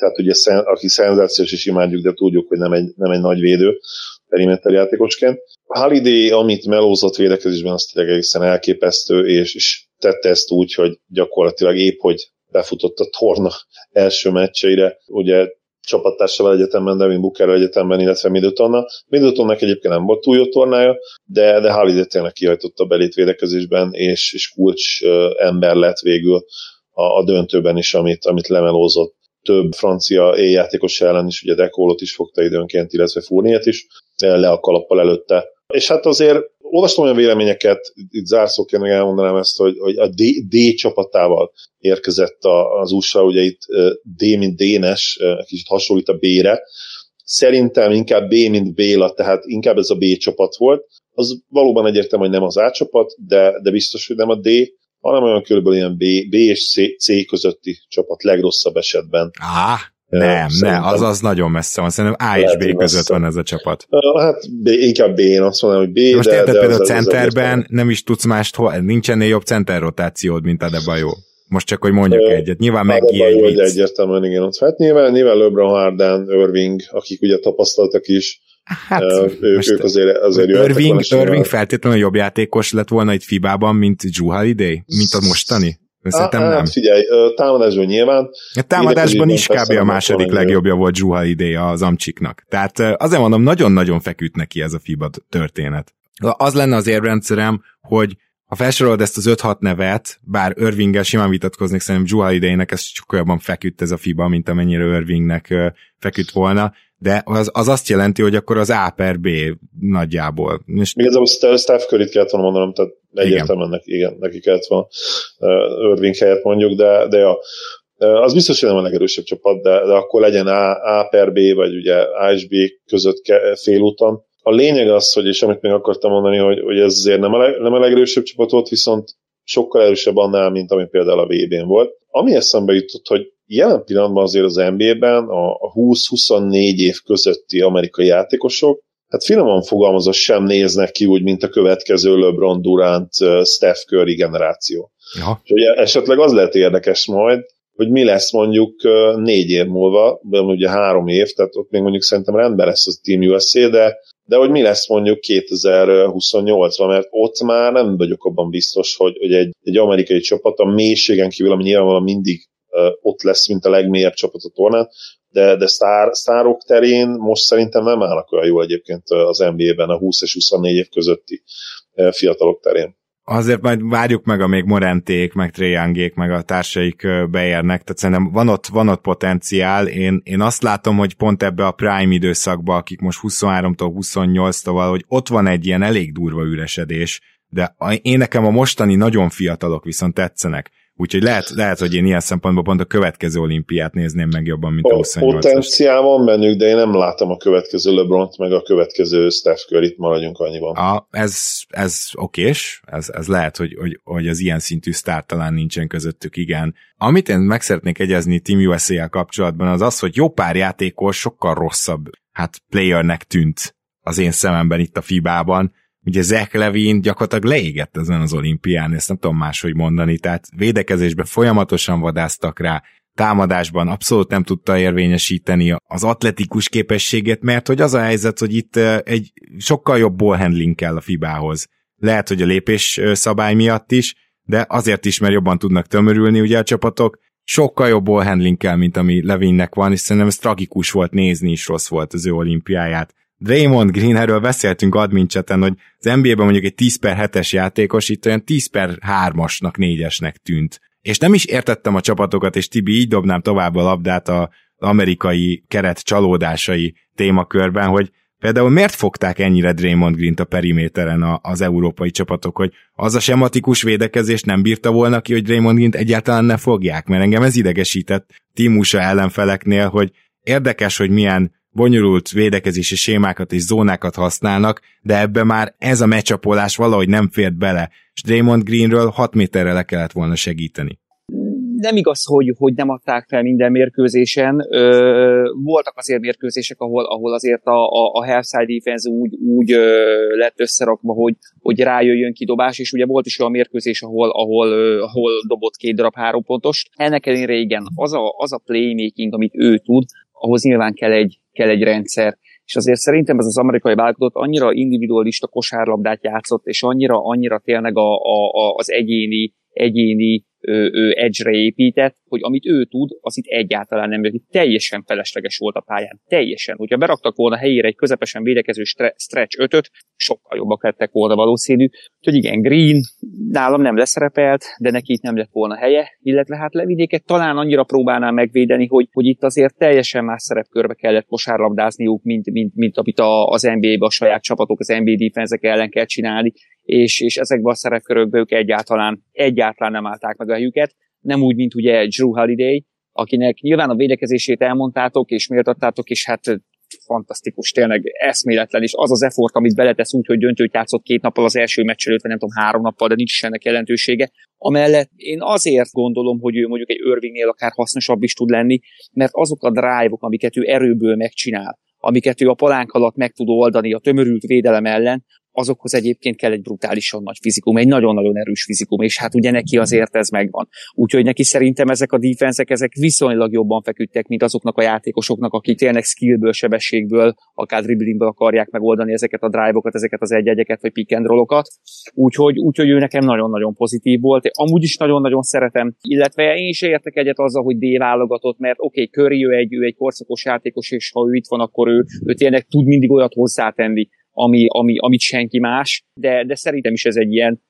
aki szenzációs is imádjuk, de tudjuk, hogy nem egy nagy védő periméter játékosként. Holiday, amit melózott védekezésben, az tényleg egészen elképesztő, és tette ezt úgy, hogy gyakorlatilag épp, hogy befutott a torna első meccseire. Ugye csapattársával egyetemben, Devin Bookerrel egyetemben, illetve Middletonnal. Middletonnak egyébként nem volt túl jó tornája, de Holiday tényleg kihajtotta a belét védekezésben, és kulcs ember lett végül a döntőben is, amit lemelózott. Több francia éljátékos ellen is, ugye Dekolot is fogta időnként, illetve Fourniert is, le a kalappal előtte. És hát azért olvastam olyan véleményeket, itt zárszóként meg elmondanám ezt, hogy a D csapatával érkezett az USA, ugye itt D, mint Dénes, kicsit hasonlít a B-re. Szerintem inkább B, mint Béla, tehát inkább ez a B csapat volt. Az valóban egyértelmű, hogy nem az A csapat, de biztos, hogy nem a D, hanem olyan körülbelül ilyen B és C közötti csapat legrosszabb esetben. Nem, az nagyon messze van. Szerintem A és B között van ez a csapat. Hát inkább B, én azt mondom, hogy B. Most érted, például a centerben nem is tudsz mást, nincs ennél jobb centerrotációd, mint Adebayo. Most csak, hogy mondjuk egyet. Nyilván Meggie egy vicc. Egyértelműen igen, ott. Hát nyilván LeBron, Harden, Irving, akik ugye tapasztaltak is, hát, ők azért Irving feltétlenül jobb játékos lett volna itt FIBA-ban, mint Jrue Holiday, mint a mostani? Szerintem nem. Figyelj, támadásban nyilván. A támadásban is kb. A második legjobbja volt Jrue Holiday az Amcsiknak. Tehát azért mondom, nagyon-nagyon feküdt neki ez a FIBA történet. Az lenne az érvrendszerem, hogy ha felsorolod ezt az 5-6 nevet, bár Irvinggel simán vitatkoznék, szerintem Jrue Holidaynek ez sokkal jobban feküdt ez a FIBA, mint amennyire Irvingnek feküdt volna, de az azt jelenti, hogy akkor az A per B nagyjából. Igazából Steph Curryt kellett volna mondanom, tehát egyértelműen neki kellett volna Irving helyett mondjuk, de ja, az biztos, hogy nem a legerősebb csapat, de akkor legyen A per B, vagy ugye A és B között félúton. A lényeg az, hogy, és amit még akartam mondani, hogy ez azért nem a legerősebb csapat volt, viszont sokkal erősebb annál, mint ami például a VB-n volt. Ami eszembe jutott, hogy jelen pillanatban azért az NBA-ben a 20-24 év közötti amerikai játékosok, hát finoman fogalmazva sem néznek ki úgy, mint a következő LeBron Durant, Steph Curry generáció. Ja. És ugye esetleg az lehet érdekes majd, hogy mi lesz mondjuk 4 év múlva, ugye 3 év, tehát ott még mondjuk szerintem rendben lesz a Team USA, de hogy mi lesz mondjuk 2028-ban, mert ott már nem vagyok abban biztos, hogy egy amerikai csapat a mélységen kívül, ami nyilvánvalóan mindig ott lesz, mint a legmélyebb csapat a tornán, de sztárok terén most szerintem nem állnak olyan jól egyébként az NBA-ben a 20 és 24 év közötti fiatalok terén. Azért majd várjuk meg, amíg Moranték, meg Trae Youngék, meg a társaik beérnek, tehát szerintem van ott potenciál. Én azt látom, hogy pont ebbe a prime időszakba, akik most 23-tól 28-tól, hogy ott van egy ilyen elég durva üresedés, de én nekem a mostani nagyon fiatalok viszont tetszenek. Úgyhogy lehet, hogy én ilyen szempontból pont a következő olimpiát nézném meg jobban, mint a 28-as. Potenciál van bennük, de én nem látom a következő LeBront, meg a következő Steph Curryt, maradjunk annyiban. Ez okés, ez lehet, hogy az ilyen szintű sztár talán nincsen közöttük, igen. Amit én meg szeretnék egyezni Team USA-jel kapcsolatban, az, hogy jó pár játékos sokkal rosszabb playernek tűnt az én szememben itt a FIBA-ban. Ugye Zach Levine gyakorlatilag leégett ezen az olimpián, ezt nem tudom máshogy mondani, tehát védekezésben folyamatosan vadásztak rá, támadásban abszolút nem tudta érvényesíteni az atletikus képességet, mert hogy az a helyzet, hogy itt egy sokkal jobb ballhandling kell a FIBA-hoz. Lehet, hogy a lépés szabály miatt is, de azért is, mert jobban tudnak tömörülni ugye a csapatok, sokkal jobb ballhandling kell, mint ami Levine-nek van, és szerintem ez tragikus volt nézni, is rossz volt az ő olimpiáját. Draymond Green, erről beszéltünk admin chaten, hogy az NBA-ben mondjuk egy 10/7-es játékos itt olyan 10/3-asnak, 4-esnek tűnt. És nem is értettem a csapatokat, és Tibi, így dobnám tovább a labdát az amerikai keret csalódásai témakörben, hogy például miért fogták ennyire Draymond Greent a periméteren az európai csapatok, hogy az a sematikus védekezést nem bírta volna ki, hogy Draymond Greent egyáltalán ne fogják, mert engem ez idegesített Team USA ellenfeleknél, hogy érdekes, hogy milyen bonyolult védekezési sémákat és zónákat használnak, de ebbe már ez a meccsapolás valahogy nem fért bele, és Draymond Greenről 6 méterre le kellett volna segíteni. Nem igaz, hogy nem adták fel minden mérkőzésen. Voltak azért mérkőzések, ahol azért a half-side defense úgy lett összerakva, hogy rájöjjön kidobás, és ugye volt is olyan mérkőzés, ahol dobott 2 darab 3 pontos. Ennek ellenére igen, az a playmaking, amit ő tud, ahhoz nyilván kell egy rendszer. És azért szerintem ez az amerikai válogatott annyira individualista kosárlabdát játszott, és annyira tényleg az egyéni ő edge-re épített, hogy amit ő tud, az itt egyáltalán nem jött. Teljesen felesleges volt a pályán. Teljesen. Hogyha beraktak volna helyére egy közepesen védekező stretch 5-öt, sokkal jobbak lettek volna valószínű. Úgyhogy igen, Green nálam nem leszerepelt, de neki itt nem lett volna helye, illetve hát Levidéket talán annyira próbálná megvédeni, hogy itt azért teljesen más szerepkörbe kellett kosárlabdázniuk, mint amit az NBA-be a saját csapatok, az NBA defense-ek ellen kell csinálni, és ezekben a szerepkörökben ők egyáltalán nem állták meg a helyüket. Nem úgy, mint ugye Jrue Holiday, akinek nyilván a védekezését elmondtátok, és méltattátok, és hát fantasztikus, tényleg eszméletlen, és az az effort, amit beletesz úgy, hogy döntőt játszott 2 nappal az első meccs előtt, vagy nem tudom, 3 nappal, de nincs is ennek jelentősége. Amellett én azért gondolom, hogy ő mondjuk egy Irvingnél akár hasznosabb is tud lenni, mert azok a drive-ok, amiket ő erőből megcsinál, amiket ő a palánk alatt meg tud oldani a tömörült védelem ellen, azokhoz egyébként kell egy brutálisan nagy fizikum, egy nagyon-nagyon erős fizikum, és hát ugye neki azért ez megvan. Úgyhogy neki szerintem ezek a defense-ek, ezek viszonylag jobban feküdtek, mint azoknak a játékosoknak, akik tényleg skillből, sebességből, akár driblingből akarják megoldani ezeket a drive-okat, ezeket az egy-egyeket, vagy pick and roll-okat. Úgyhogy ő nekem nagyon-nagyon pozitív volt. Amúgy is nagyon-nagyon szeretem, illetve én is értek egyet azzal, hogy D válogatott, mert oké, Curry, ő egy korszakos játékos, és ha ő itt van, akkor ő tényleg tud mindig olyat hozzátenni, amit senki más, de szerintem is ez egy ilyen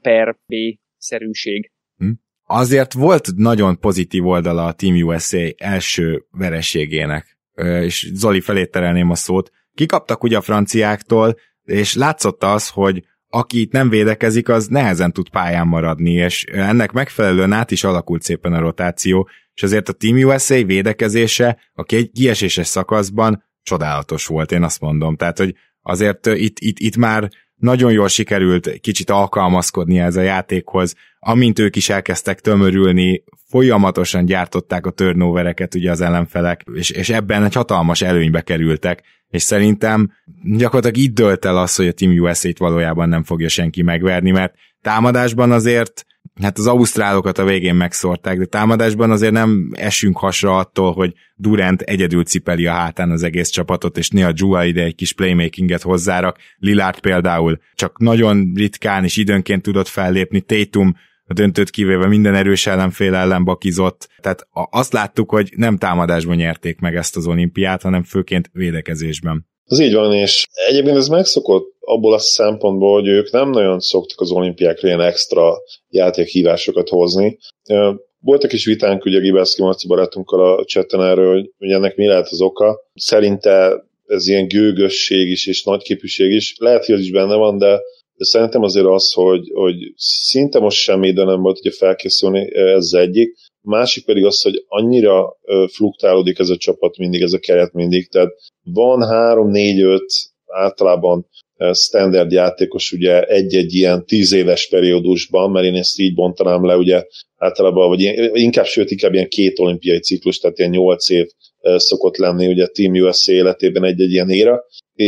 A/B-szerűség. Azért volt nagyon pozitív oldala a Team USA első vereségének, és Zoli felé terelném a szót. Kikaptak ugye a franciáktól, és látszott az, hogy aki itt nem védekezik, az nehezen tud pályán maradni, és ennek megfelelően át is alakult szépen a rotáció, és azért a Team USA védekezése a kieséses szakaszban csodálatos volt, én azt mondom. Tehát, hogy azért itt már nagyon jól sikerült kicsit alkalmazkodni ez a játékhoz, amint ők is elkezdtek tömörülni, folyamatosan gyártották a turnovereket ugye az ellenfelek, és ebben egy hatalmas előnybe kerültek, és szerintem gyakorlatilag itt dőlt el az, hogy a Team USA-t valójában nem fogja senki megverni, mert támadásban azért, hát az ausztrálokat a végén megszórták, de támadásban azért nem esünk hasra attól, hogy Durant egyedül cipeli a hátán az egész csapatot, és néha Jrue ide egy kis playmakinget hozzárak. Lillard például csak nagyon ritkán és időnként tudott fellépni, Tatum a döntőt kivéve minden erős ellenfél ellen bakizott. Tehát azt láttuk, hogy nem támadásban nyerték meg ezt az olimpiát, hanem főként védekezésben. Az így van, és egyébként ez megszokott abból a szempontból, hogy ők nem nagyon szoktak az olimpiákra ilyen extra játékhívásokat hozni. Voltak is vitánk ugye Gibeszki Marci barátunkkal a chatten erről, hogy ennek mi lehet az oka. Szerinte ez ilyen gőgösség is és nagyképűség is. Lehet, hogy az is benne van, de szerintem azért az, hogy szinte most semmi idő nem volt ugye felkészülni, ez az egyik. Másik pedig az, hogy annyira fluktálódik ez a csapat mindig, ez a keret mindig, tehát van 3-4-5 általában standard játékos ugye egy-egy ilyen 10 éves periódusban, mert én ezt így bontanám le, ugye általában, vagy inkább ilyen 2 olimpiai ciklus, tehát ilyen 8 év szokott lenni ugye a Team USA életében egy-egy ilyen éra,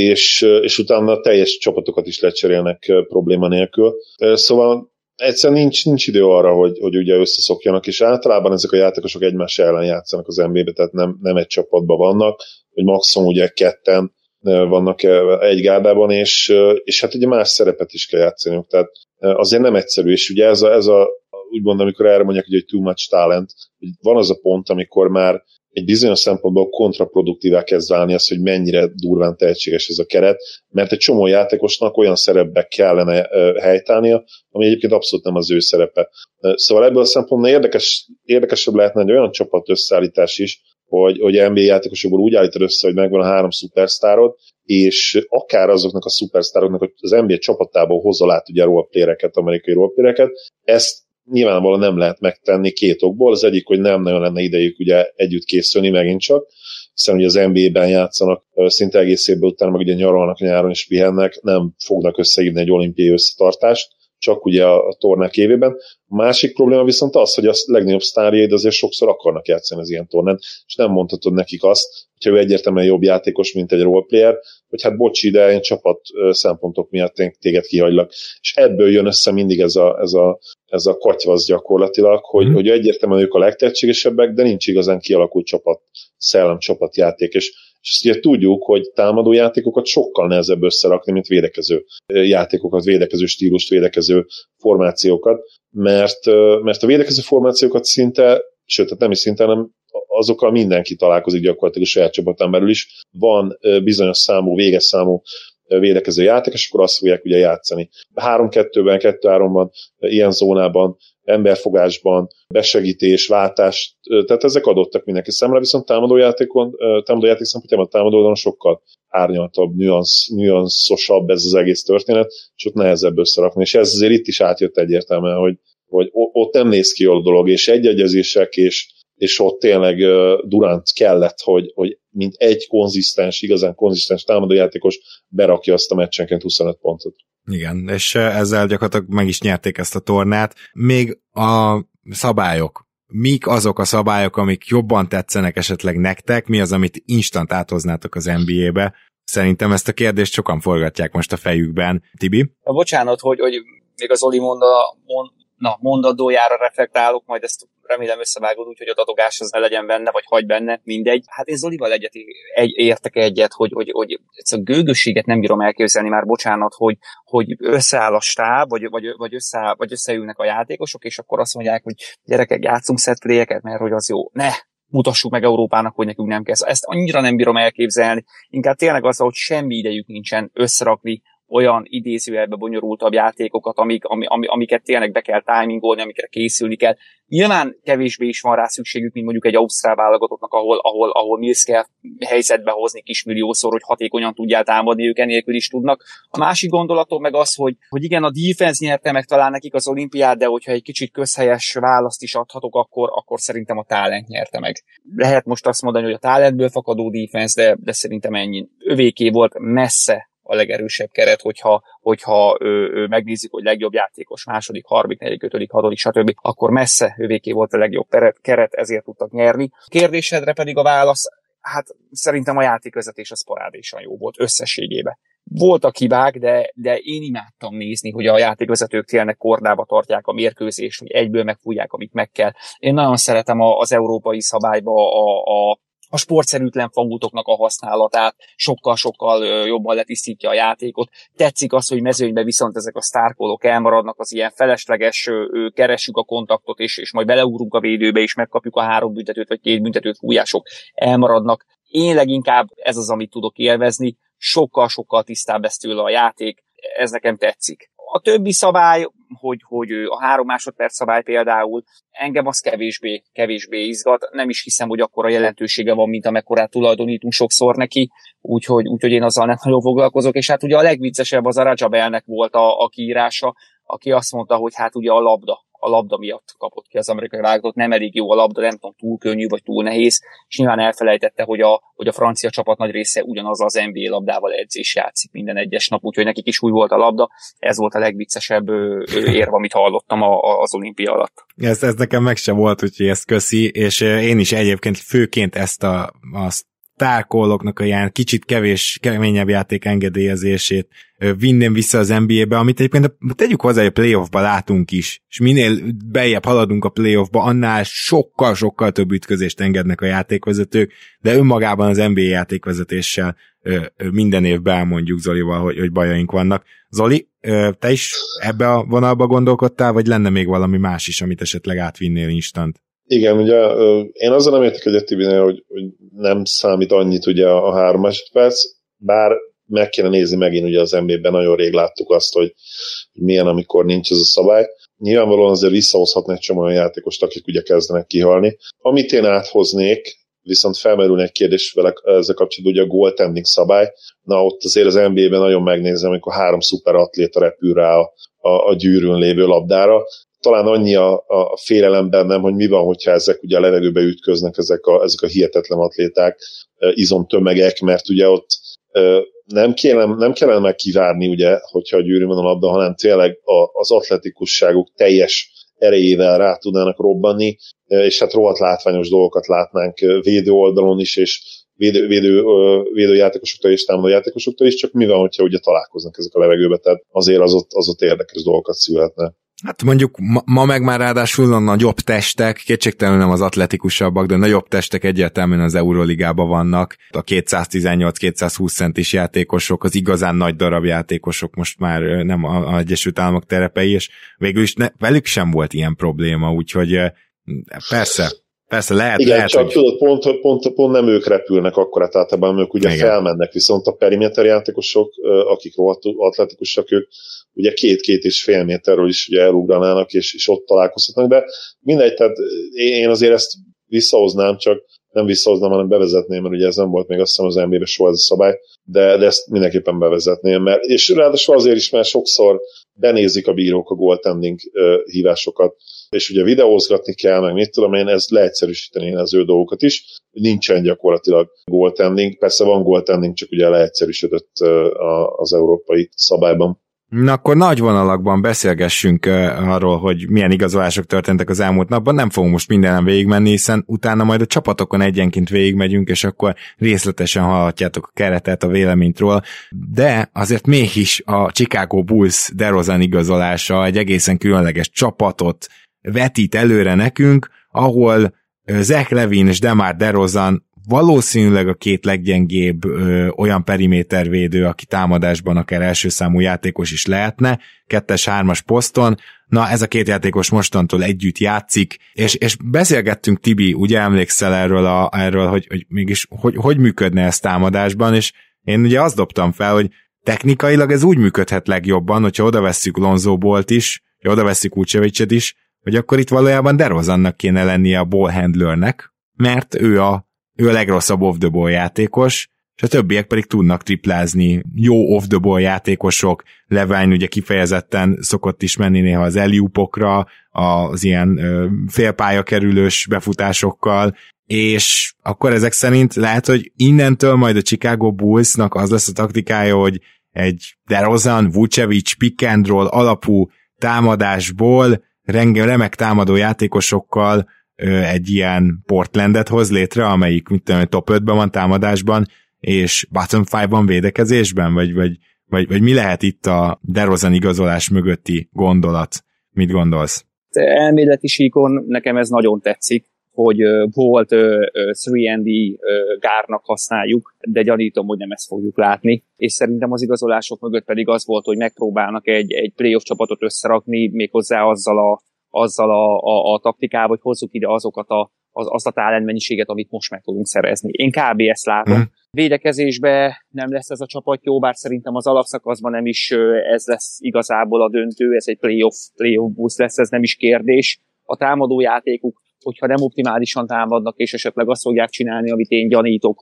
és utána teljes csapatokat is lecserélnek probléma nélkül. Szóval egyszerűen nincs idő arra, hogy ugye összeszokjanak, és általában ezek a játékosok egymás ellen játszanak az NBA-be, tehát nem egy csapatban vannak, hogy maximum ugye 2 vannak egy gárdában, és hát ugye más szerepet is kell játszaniuk, tehát azért nem egyszerű, és ugye ez a úgymond, amikor erre mondják, hogy too much talent, hogy van az a pont, amikor már egy bizonyos szempontból kontraproduktívá kezd válni az, hogy mennyire durván tehetséges ez a keret, mert egy csomó játékosnak olyan szerepbe kellene helytállnia, ami egyébként abszolút nem az ő szerepe. Szóval ebből a szempontból érdekesebb lehetne egy olyan csapat összeállítás is, hogy NBA játékosokból úgy állítod össze, hogy megvan a 3 szupersztárod, és akár azoknak a szupersztároknak az NBA csapatából hozol át ugye roleplayereket, amerikai roleplayereket, ezt nyilvánvalóan nem lehet megtenni 2 okból. Az egyik, hogy nem nagyon lenne idejük ugye együtt készülni megint csak, hiszen ugye az NBA-ben játszanak szinte egész évben, utána meg ugye nyaralnak nyáron és pihennek, nem fognak összeírni egy olimpiai összetartást, csak ugye a tornák évében. A másik probléma viszont az, hogy a legnagyobb sztárjaid azért sokszor akarnak játszani az ilyen tornán, és nem mondhatod nekik azt, hogyha ő egyértelműen jobb játékos, mint egy roleplayer, hogy hát bocsi, de én csapat szempontok miatt téged kihagylak. És ebből jön össze mindig ez a katyvasz gyakorlatilag, hogy egyértelműen ők a legtehetségesebbek, de nincs igazán kialakult csapatjáték. És és ezt ugye tudjuk, hogy támadó játékokat sokkal nehezebb összerakni, mint védekező játékokat, védekező stílust, védekező formációkat, mert a védekező formációkat szinte, sőt, nem is szinte, hanem azokkal mindenki találkozik gyakorlatilag a saját csapatán belül is. Van bizonyos számú, véges számú védekező játék, és akkor azt fogják ugye játszani. 3-2-ben, 2-3-ban, ilyen zónában, emberfogásban, besegítés, váltás, tehát ezek adottak mindenki számára, viszont támadójáték szempontjában a támadó oldalon sokkal árnyaltabb, nüanszosabb ez az egész történet, és ott nehezebb összerakni. És ez azért itt is átjött egyértelműen, hogy ott nem néz ki jól a dolog, és egyegyezések, és ott tényleg Durant kellett, hogy mint egy igazán konzisztens támadójátékos berakja azt a meccsenként 25 pontot. Igen, és ezzel gyakorlatilag meg is nyerték ezt a tornát. Még a szabályok. Mik azok a szabályok, amik jobban tetszenek esetleg nektek? Mi az, amit instant áthoznátok az NBA-be? Szerintem ezt a kérdést sokan forgatják most a fejükben. Tibi? Bocsánat, hogy még az Oli mondandójára reflektálok, majd ezt remélem összevágod úgy, hogy a dadogás az ne legyen benne, vagy hagy benne, mindegy. Hát én Zolival értek egyet, hogy ezt a gőgösséget nem bírom elképzelni, már bocsánat, hogy összeáll a stáb, vagy összeülnek a játékosok, és akkor azt mondják, hogy gyerekek, játszunk setplayeket, mert hogy az jó. Ne! Mutassuk meg Európának, hogy nekünk nem kell. Ezt annyira nem bírom elképzelni. Inkább tényleg az, hogy semmi idejük nincsen összerakni olyan idézőjelbe bonyolultabb játékokat, amiket tényleg be kell timingolni, amikre készülni kell. Nyilván kevésbé is van rá szükségük, mint mondjuk egy ausztrál válogatottnak, ahol Mills kell helyzetbe hozni kismilliószor, hogy hatékonyan tudjál támadni, ők enélkül is tudnak. A másik gondolatom meg az, hogy igen, a defense nyerte meg talán nekik az olimpiát, de hogyha egy kicsit közhelyes választ is adhatok, akkor szerintem a talent nyerte meg. Lehet most azt mondani, hogy a talentből fakadó defense, de szerintem ennyi. Övéké volt messze a legerősebb keret, hogyha megnézzük, hogy legjobb játékos, második, harmadik, negyedik, ötödik, hatodik, stb., akkor messze övéké volt a legjobb keret, ezért tudtak nyerni. Kérdésedre pedig a válasz, hát szerintem a játékvezetés az parádésan jó volt összességében. Voltak hibák, de én imádtam nézni, hogy a játékvezetők tényleg kordába tartják a mérkőzést, hogy egyből megfújják, amit meg kell. Én nagyon szeretem az európai szabályba a sportszerűtlen fangutoknak a használatát, sokkal-sokkal jobban letisztítja a játékot. Tetszik az, hogy mezőnyben viszont ezek a sztárkolók elmaradnak, az ilyen felesleges, keressük a kontaktot, és majd beleugrunk a védőbe, és megkapjuk a 3 büntetőt, vagy 2 büntetőt, fújások elmaradnak. Én leginkább ez az, amit tudok élvezni, sokkal-sokkal tisztább ez tőle a játék, ez nekem tetszik. A többi szabály, hogy a 3 másodperc szabály például, engem az kevésbé izgat, nem is hiszem, hogy akkora jelentősége van, mint amekkorát tulajdonítunk sokszor neki, úgyhogy én azzal nem nagyon foglalkozok, és hát ugye a legviccesebb az a Rajabelnek volt a kiírása, aki azt mondta, hogy hát ugye a labda miatt kapott ki az amerikai válogatott, nem elég jó a labda, nem tudom, túl könnyű vagy túl nehéz, és nyilván elfelejtette, hogy a francia csapat nagy része ugyanaz az NBA labdával edzés játszik minden egyes nap, úgyhogy nekik is új volt a labda, ez volt a legviccesebb érv, amit hallottam az olimpia alatt. Ez nekem meg sem volt, úgyhogy ezt köszi, és én is egyébként főként ezt a sztárkóloknak a ilyen kicsit keményebb játék engedélyezését vinném vissza az NBA-be, amit egyébként tegyük hozzá, hogy a playoffba látunk is, és minél beljebb haladunk a playoffba, annál sokkal-sokkal több ütközést engednek a játékvezetők, de önmagában az NBA játékvezetéssel minden évben elmondjuk Zolival, hogy bajaink vannak. Zoli, te is ebbe a vonalba gondolkodtál, vagy lenne még valami más is, amit esetleg átvinnél instant? Igen, ugye én azzal nem értek egyet Tibinél, hogy nem számít annyit ugye a 3 másodperc, bár meg kéne nézni megint, ugye az NBA-ben nagyon rég láttuk azt, hogy milyen, amikor nincs ez a szabály. Nyilvánvalóan azért visszahozhatnak egy csomó olyan játékost, akik ugye kezdenek kihalni. Amit én áthoznék, viszont felmerülne egy kérdés vele ezzel kapcsolatban, ugye a goaltending szabály. Na ott azért az NBA-ben nagyon megnézem, amikor 3 szuper atléta repül rá a gyűrűn lévő labdára. Talán annyi a félelem bennem, hogy mi van, hogyha ezek ugye a levegőbe ütköznek, ezek a hihetetlen atléták, izomtömegek, mert ugye ott nem kellene meg kivárni, ugye, hogyha a gyűrűn van a labda, hanem tényleg az atletikusságuk teljes erejével rá tudnának robbanni, és hát rohadt látványos dolgokat látnánk védő oldalon is, és védőjátékosoktól és támadó játékosoktól is, csak mi van, hogyha ugye találkoznak ezek a levegőbe, tehát azért az ott érdekes dolgokat szülhetne. Hát mondjuk ma meg már ráadásul a nagyobb testek, kétségtelenül nem az atletikusabbak, de nagyobb testek egyértelműen az Euroligában vannak. A 218-220 centis játékosok, az igazán nagy darab játékosok most már nem az Egyesült Államok terepei, és végül is velük sem volt ilyen probléma, úgyhogy persze lehet. Igen, lehet, csak hogy... tudod, pont nem ők repülnek akkorát általában, ők ugye igen. Felmennek, viszont a periméter játékosok, akik atletikusak, ők ugye 2-2,5 méterről is ugye elugranának, és ott találkozhatnak, de mindegy, tehát én azért ezt visszahoznám, csak nem visszahoznám, hanem bevezetném, mert ugye ez nem volt még azt hiszem az NBA-ben soha ez a szabály, de ezt mindenképpen bevezetném, és ráadásul azért is, mert sokszor benézik a bírók a goaltending hívásokat, és ugye videózgatni kell, meg mit tudom én, ez leegyszerűsíteni az ő dolgokat is, nincsen gyakorlatilag goaltending, persze van goaltending, csak ugye leegyszerűsödött az európai szabályban. Na akkor nagy vonalakban beszélgessünk arról, hogy milyen igazolások történtek az elmúlt napban. Nem fogunk most mindenen végigmenni, hiszen utána majd a csapatokon egyenként végigmegyünk, és akkor részletesen hallhatjátok a keretet, a véleményt róla. De azért mégis a Chicago Bulls DeRozan igazolása egy egészen különleges csapatot vetít előre nekünk, ahol Zach LaVine és DeMar DeRozan valószínűleg a két leggyengébb olyan perimétervédő, aki támadásban akár első számú játékos is lehetne, 2-3-as poszton. Na, ez a két játékos mostantól együtt játszik, és beszélgettünk, Tibi, ugye emlékszel erről hogy mégis hogy működne ez támadásban, és én ugye azt dobtam fel, hogy technikailag ez úgy működhet legjobban, hogyha oda vesszük Lonzo Ballt is, vagy oda vesszük Vucevicet is, hogy akkor itt valójában DeRozannak kéne lennie a ballhandlernek, mert ő a legrosszabb off-the-ball játékos, és a többiek pedig tudnak triplázni. Jó off-the-ball játékosok, LaVine ugye kifejezetten szokott is menni néha az alley-oopokra, az ilyen félpálya kerülős befutásokkal, és akkor ezek szerint lehet, hogy innentől majd a Chicago Bullsnak az lesz a taktikája, hogy egy DeRozan, Vucevic, pick and roll alapú támadásból remek támadó játékosokkal egy ilyen Portlandet hoz létre, amelyik top 5-ben van támadásban, és bottom 5-ban védekezésben, vagy mi lehet itt a DeRozan igazolás mögötti gondolat? Mit gondolsz? Elméleti síkon nekem ez nagyon tetszik, hogy volt 3&D gárnak használjuk, de gyanítom, hogy nem ezt fogjuk látni, és szerintem az igazolások mögött pedig az volt, hogy megpróbálnak egy playoff csapatot összerakni, méghozzá azzal a taktikával, hogy hozzuk ide azokat azt a talent mennyiséget, amit most meg tudunk szerezni. Én kb. Ezt látom. Védekezésben nem lesz ez a csapat jó, bár szerintem az alapszakaszban nem is ez lesz igazából a döntő, ez egy playoff busz lesz, ez nem is kérdés. A támadó játékuk, hogyha nem optimálisan támadnak, és esetleg azt fogják csinálni, amit én gyanítok,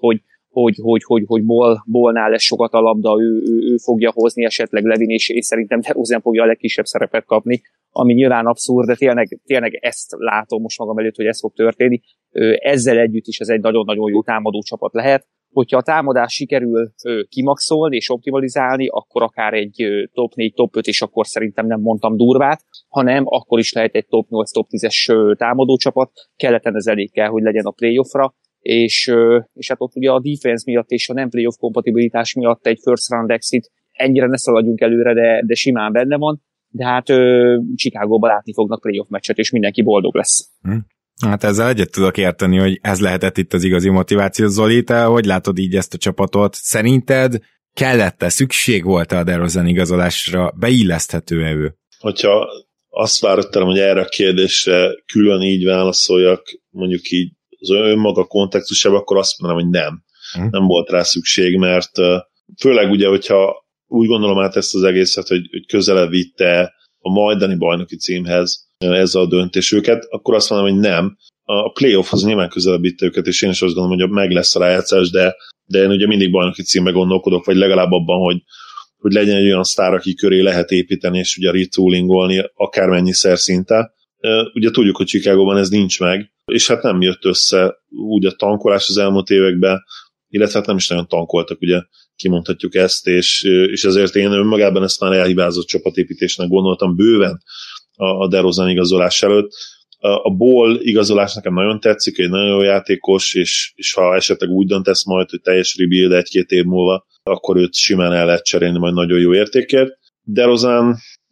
hogy Ballnál lesz sokat a labda, ő fogja hozni, esetleg LaVine, és szerintem DeRozan fogja a legkisebb szerepet kapni, ami nyilván abszurd, de tényleg ezt látom most magam előtt, hogy ez fog történni. Ezzel együtt is ez egy nagyon-nagyon jó támadó csapat lehet. Hogyha a támadás sikerül kimaxolni és optimalizálni, akkor akár egy top 4, top 5, és akkor szerintem nem mondtam durvát, hanem akkor is lehet egy top 8, top 10-es támadó csapat. Keleten ez elég kell, hogy legyen a playoffra, és hát ott ugye a defense miatt és a nem playoff kompatibilitás miatt egy first round exit, ennyire ne szaladjunk előre, de simán benne van, de hát Chicagóban látni fognak playoff meccset, és mindenki boldog lesz. Hát ezzel egyet tudok érteni, hogy ez lehetett itt az igazi motiváció. Zoli, te hogy látod így ezt a csapatot? Szerinted kellett-e, szükség volt a DeRozan igazolásra, beilleszthető-e ő? Hogyha azt vártam, hogy erre a kérdésre külön így válaszoljak, mondjuk így az önmaga kontextusában, akkor azt mondanám, hogy nem. Nem volt rá szükség, mert főleg ugye, hogyha úgy gondolom át ezt az egészet, hogy közelebb vitte a majdani bajnoki címhez ezzel a döntés őket, akkor azt mondom, hogy nem. A playoffhoz nyilván közelebb vitte őket, és én is azt gondolom, hogy meg lesz a rájátszás, de én ugye mindig bajnoki címbe gondolkodok, vagy legalább abban, hogy legyen egy olyan sztár, aki köré lehet építeni, és ugye retoolingolni akármennyiszer szinte. Ugye tudjuk, hogy Chicagóban ez nincs meg, és hát nem jött össze úgy a tankolás az elmúlt években, illetve hát nem is nagyon tankoltak, ugye kimondhatjuk ezt, és ezért én önmagában ezt már elhibázott csapatépítésnek gondoltam bőven a DeRozan igazolás előtt. A Ball igazolás nekem nagyon tetszik, egy nagyon jó játékos, és ha esetleg úgy döntesz majd, hogy teljes rebuild 1-2 év múlva, akkor őt simán el lehet cserélni majd nagyon jó értékért. DeRozan,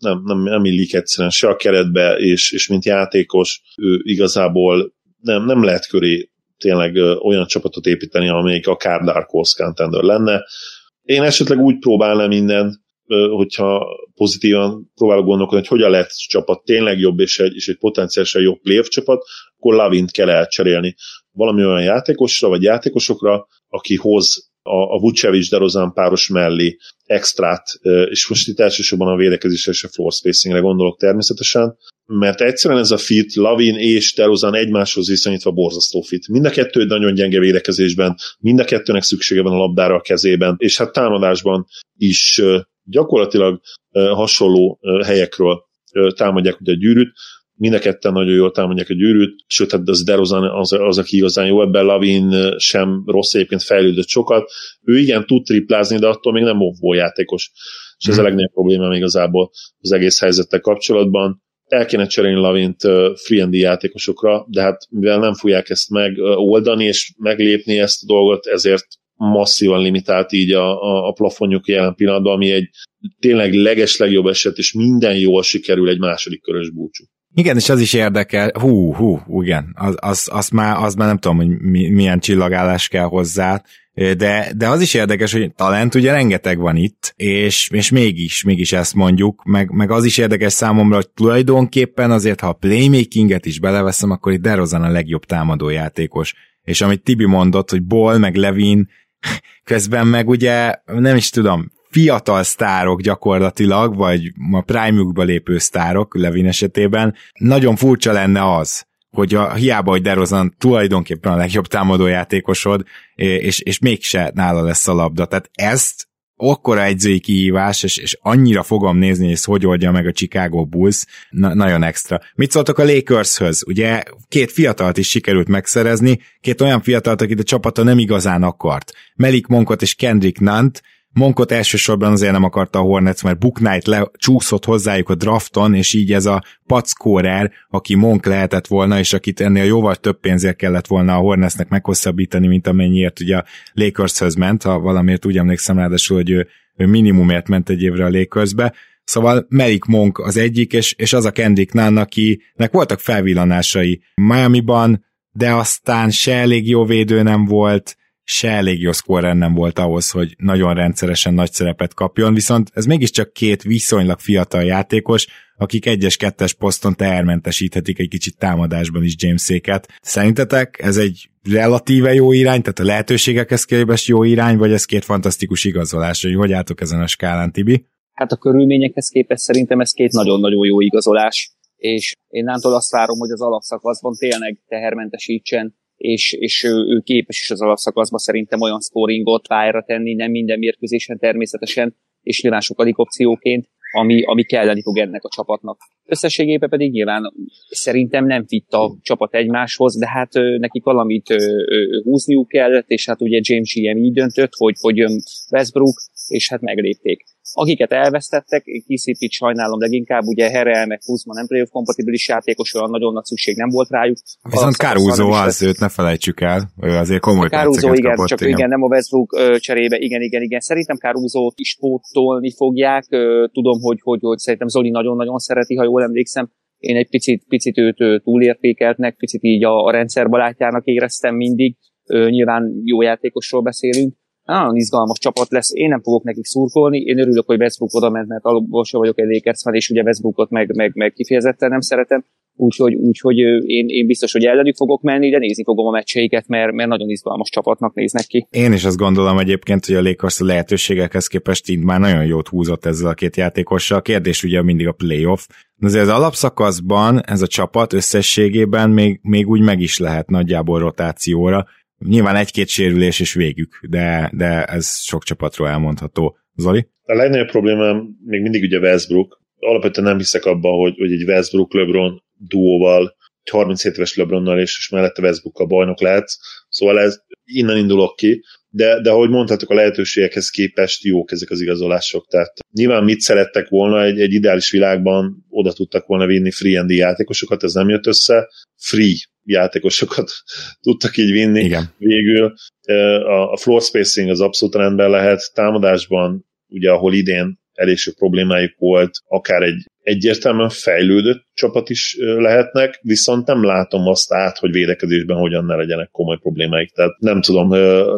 nem illik egyszerűen se a keretbe, és mint játékos ő igazából nem lehet köré tényleg olyan csapatot építeni, amelyik akár Dark Horse contender lenne. Én esetleg úgy próbálnám minden, hogyha pozitívan próbálok gondolkodni, hogy hogyan lehet a csapat tényleg jobb, és egy potenciálisan jobb playoff csapat, akkor Lavint kell elcserélni valami olyan játékosra, vagy játékosokra, aki hoz a Vucevic-DeRozan páros mellé extrát, és most itt elsősorban a védekezésre és a floor spacingre gondolok természetesen, mert egyszerűen ez a fit, Lavin és DeRozan egymáshoz viszonyítva borzasztó fit. Mind a kettő nagyon gyenge védekezésben, mind a kettőnek szüksége van a labdára a kezében, és hát támadásban is gyakorlatilag hasonló helyekről támadják ugye a gyűrűt, mind a ketten nagyon jól támadják a gyűrűt, sőt, hát az DeRozan az, aki igazán jó, ebben Lavin sem rossz, egyébként fejlődött sokat. Ő igen tud triplázni, de attól még nem off-ball játékos. És ez a legnagyobb probléma igazából az egész helyzettel kapcsolatban. El kéne cserélni Lavint free and játékosokra, de hát mivel nem fogják ezt megoldani és meglépni ezt a dolgot, ezért masszívan limitált így a plafonjuk jelen pillanatban, ami egy tényleg legeslegjobb eset, és minden jól sikerül egy második körös búcsú. Igen, és az is érdekel, igen, az már nem tudom, hogy milyen csillagállás kell hozzá, de az is érdekes, hogy talent ugye rengeteg van itt, és mégis ezt mondjuk, meg az is érdekes számomra, hogy tulajdonképpen azért, ha a playmakinget is beleveszem, akkor itt DeRozan a legjobb támadójátékos. És amit Tibi mondott, hogy Ball, meg Levin, közben meg ugye, nem is tudom, fiatal sztárok gyakorlatilag, vagy a prime-jukba lépő sztárok, Levin esetében, nagyon furcsa lenne az, hogy hiába, hogy DeRozan tulajdonképpen a legjobb támadójátékosod, és mégse nála lesz a labda. Tehát ezt akkora egyzői kihívás, és annyira fogom nézni, hogy ezt hogy oldja meg a Chicago Bulls, nagyon extra. Mit szóltok a Lakershöz? Ugye 2 fiatalt is sikerült megszerezni, 2 olyan fiatalt, akit a csapata nem igazán akart. Malik Monkot és Kendrick Nunn-t. Monkot elsősorban azért nem akarta a Hornets, mert Book Knight lecsúszott hozzájuk a drafton, és így ez a pacskórer, aki Monk lehetett volna, és akit ennél jóval több pénzért kellett volna a Hornetsnek meghosszabbítani, mint amennyiért ugye a Lakershöz ment, ha valamiért úgy emlékszem ráadásul, hogy ő minimumért ment egy évre a Lakersbe. Szóval Malik Monk az egyik, és az a Kendrick Nunn, akinek voltak felvillanásai Miamiban, de aztán se elég jó védő nem volt, se elég jó scorer nem volt ahhoz, hogy nagyon rendszeresen nagy szerepet kapjon, viszont ez mégiscsak 2 viszonylag fiatal játékos, akik 1-2-es poszton tehermentesíthetik egy kicsit támadásban is Jameséket. Szerintetek ez egy relatíve jó irány, tehát a lehetőségekhez képest jó irány, vagy ez 2 fantasztikus igazolás, hogy álltok ezen a skálán, Tibi? Hát a körülményekhez képest szerintem ez 2 nagyon-nagyon jó igazolás, és én nántól azt várom, hogy az alapszakaszban tényleg tehermentesítsen, és ő képes is az alapszakaszban szerintem olyan scoringot pályára tenni, nem minden mérkőzésen természetesen, és nyilván sokadik opcióként, ami kelleni fog ennek a csapatnak. Összességében pedig nyilván szerintem nem fit a csapat egymáshoz, de hát nekik valamit húzniuk kellett, és hát ugye James GM így döntött, hogy jön Westbrook, és hát meglépték. Akiket elvesztettek, KCP-t sajnálom leginkább, ugye Harrell meg Kuzma nem playoff kompatibilis játékos, olyan nagyon nagy szükség nem volt rájuk. Viszont Caruso az, őt ne felejtsük el, ő azért komoly perceket igen, kapott. Csak igen, nem a Westbrook cserébe, igen. Szerintem Carusót is pótolni fogják, tudom, hogy szerintem Zoli nagyon-nagyon szereti, ha jól emlékszem. Én egy picit őt túlértékeltnek, picit így a rendszerbarátjának éreztem mindig, nyilván jó játékosról beszélünk. Nagyon izgalmas csapat lesz, én nem fogok nekik szurkolni, én örülök, hogy Westbrook oda ment, mert alapból sem vagyok egy Lakers fan, és ugye Westbrookot meg kifejezetten nem szeretem, úgyhogy én biztos, hogy ellenük fogok menni, de nézni fogom a meccseiket, mert nagyon izgalmas csapatnak néznek ki. Én is azt gondolom egyébként, hogy a Lakers a lehetőségekhez képest így már nagyon jót húzott ezzel a 2 játékossal. A kérdés ugye mindig a playoff. De azért az alapszakaszban ez a csapat összességében még úgy meg is lehet nagyjából rotációra. Nyilván 1-2 sérülés és végük, de ez sok csapatról elmondható. Zoli? A legnagyobb problémám még mindig ugye Westbrook. Alapvetően nem hiszek abban, hogy egy Westbrook-LeBron duóval, egy 37 éves LeBronnal és mellette Westbrookkal bajnok lehetsz. Szóval ez innen indulok ki. De ahogy mondhatok, a lehetőségekhez képest jók ezek az igazolások. Tehát nyilván mit szerettek volna, egy ideális világban oda tudtak volna vinni free and játékosokat, ez nem jött össze. Free játékosokat tudtak így vinni. Igen. Végül. A floor spacing az abszolút rendben lehet. Támadásban, ugye ahol idén elég sok problémájuk volt, akár egy egyértelműen fejlődött csapat is lehetnek, viszont nem látom azt át, hogy védekezésben hogyan ne legyenek komoly problémáik. Tehát nem tudom,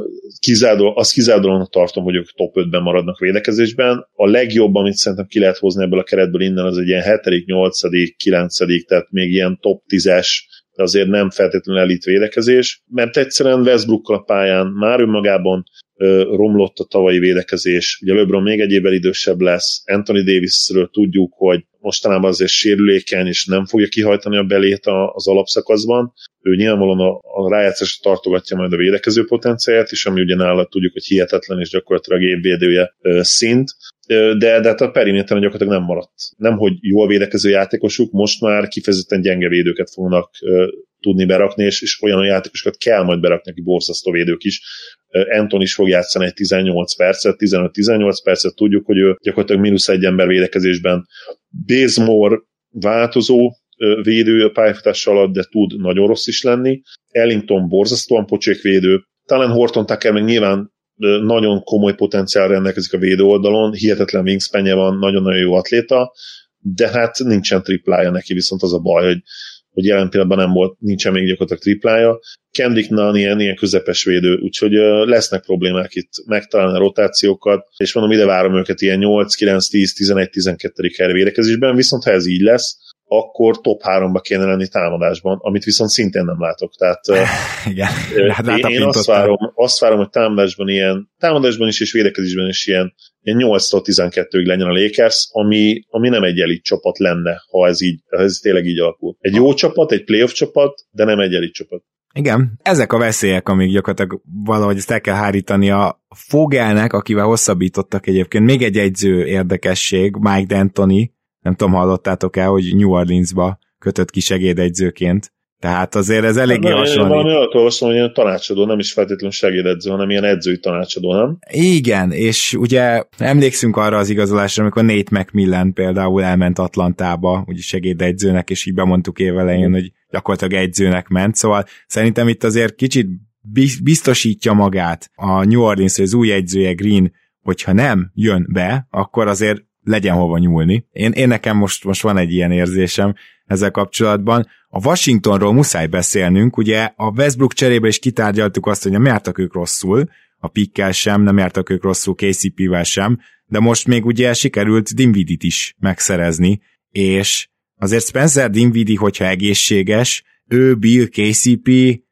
kizárólag tartom, hogy ők top 5-ben maradnak védekezésben. A legjobb, amit szerintem ki lehet hozni ebből a keretből innen, az egy ilyen 7., 8., 9., tehát még ilyen top 10-es, de azért nem feltétlenül elit védekezés, mert egyszerűen Westbrookkal a pályán már önmagában romlott a tavalyi védekezés. Ugye LeBron még egy évvel idősebb lesz, Anthony Davisről tudjuk, hogy mostanában azért sérülékeny, és nem fogja kihajtani a belét az alapszakaszban. Ő nyilvánvalóan a rájátszásra tartogatja majd a védekező potenciáját is, ami ugye nála tudjuk, hogy hihetetlen, és gyakorlatilag évvédője szint, de hát a periméteren gyakorlatilag nem maradt. Nem, hogy jól védekező játékosuk, most már kifejezetten gyenge védőket fognak tudni berakni, és olyan játékosokat kell majd berakni, aki borzasztó védők is. Anton is fog játszani egy 18 percet, 15-18 percet, tudjuk, hogy ő gyakorlatilag -1 ember védekezésben. Bazemore változó védő a pályafutás alatt, de tud nagyon rossz is lenni. Ellington borzasztóan pocsék védő. Talán Horton Tucker meg nyilván nagyon komoly potenciál rendelkezik a védő oldalon, hihetetlen wingspanje van, nagyon-nagyon jó atléta, de hát nincsen triplája neki, viszont az a baj, hogy jelen pillanatban nincsen még gyakorlatilag triplája. Kendrick Nunn ilyen közepes védő, úgyhogy lesznek problémák itt megtalálni a rotációkat, és mondom, ide várom őket ilyen 8, 9, 10, 11, 12. hely védekezésben, viszont ha ez így lesz, akkor top 3-ba kéne lenni támadásban, amit viszont szintén nem látok. Tehát igen. Én azt várom, hogy támadásban is és védekezésben is ilyen 8-tól 12-ig legyen a Lakers, ami nem egy elit csapat lenne, ha ez tényleg így alakul. Egy jó csapat, egy playoff csapat, de nem egy elit csapat. Igen, ezek a veszélyek, amik gyakorlatilag valahogy ezt el kell hárítani a Fogelnek, akivel hosszabbítottak egyébként. Még egy egyző érdekesség, Mike D'Antoni, nem tudom, hallottátok-e, hogy New Orleansba kötött ki segédegyzőként. Tehát azért ez eléggé hasonlít. Valami alatt olvastam, hogy ilyen tanácsadó, nem is feltétlenül segédedző, hanem ilyen edzői tanácsadó, nem? Igen, és ugye emlékszünk arra az igazolásra, amikor Nate McMillan például elment Atlantába, ugye segédegyzőnek, és így bemondtuk évelején, hogy gyakorlatilag egyzőnek ment, szóval szerintem itt azért kicsit biztosítja magát a New Orleans, hogy az új egyzője Green, hogyha nem jön be, akkor azért legyen hova nyúlni. Én nekem most van egy ilyen érzésem ezzel kapcsolatban. A Washingtonról muszáj beszélnünk, ugye a Westbrook cserébe is kitárgyaltuk azt, hogy nem jártak ők rosszul, a pickkel sem, nem jártak ők rosszul KCP-vel sem, de most még ugye sikerült Dinwiddie-t is megszerezni, és azért Spencer Dinwiddie, hogyha egészséges, ő, Bill, KCP,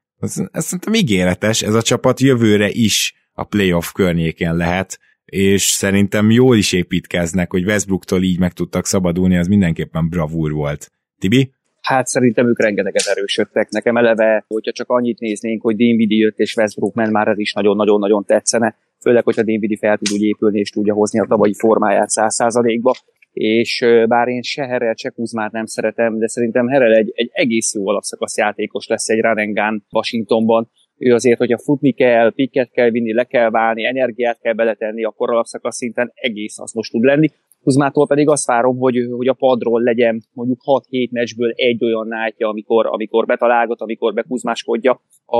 ez szerintem ígéretes, ez a csapat jövőre is a playoff környékén lehet, és szerintem jól is építkeznek, hogy Westbrooktól így meg tudtak szabadulni, az mindenképpen bravúr volt. Tibi? Hát szerintem ők rengeteget erősödtek. Nekem eleve, hogyha csak annyit néznénk, hogy Dinwiddie jött és Westbrook ment, már ez is nagyon-nagyon-nagyon tetszene. Főleg, hogyha Dinwiddie fel tud úgy épülni és tudja hozni a tavalyi formáját 100%-ba. És bár én se Harrell, se Kuzmát nem szeretem, de szerintem Harrell egy egész jó alapszakasz játékos lesz egy run and gun Washingtonban. Ő azért, hogyha futni kell, picket kell vinni, le kell válni, energiát kell beletenni, akkor alapszakasz szinten egész hasznos tud lenni. Kuzmától pedig azt várom, hogy a padról legyen mondjuk 6-7 meccsből egy olyan nátja, amikor betalálgat, amikor bekuzmáskodja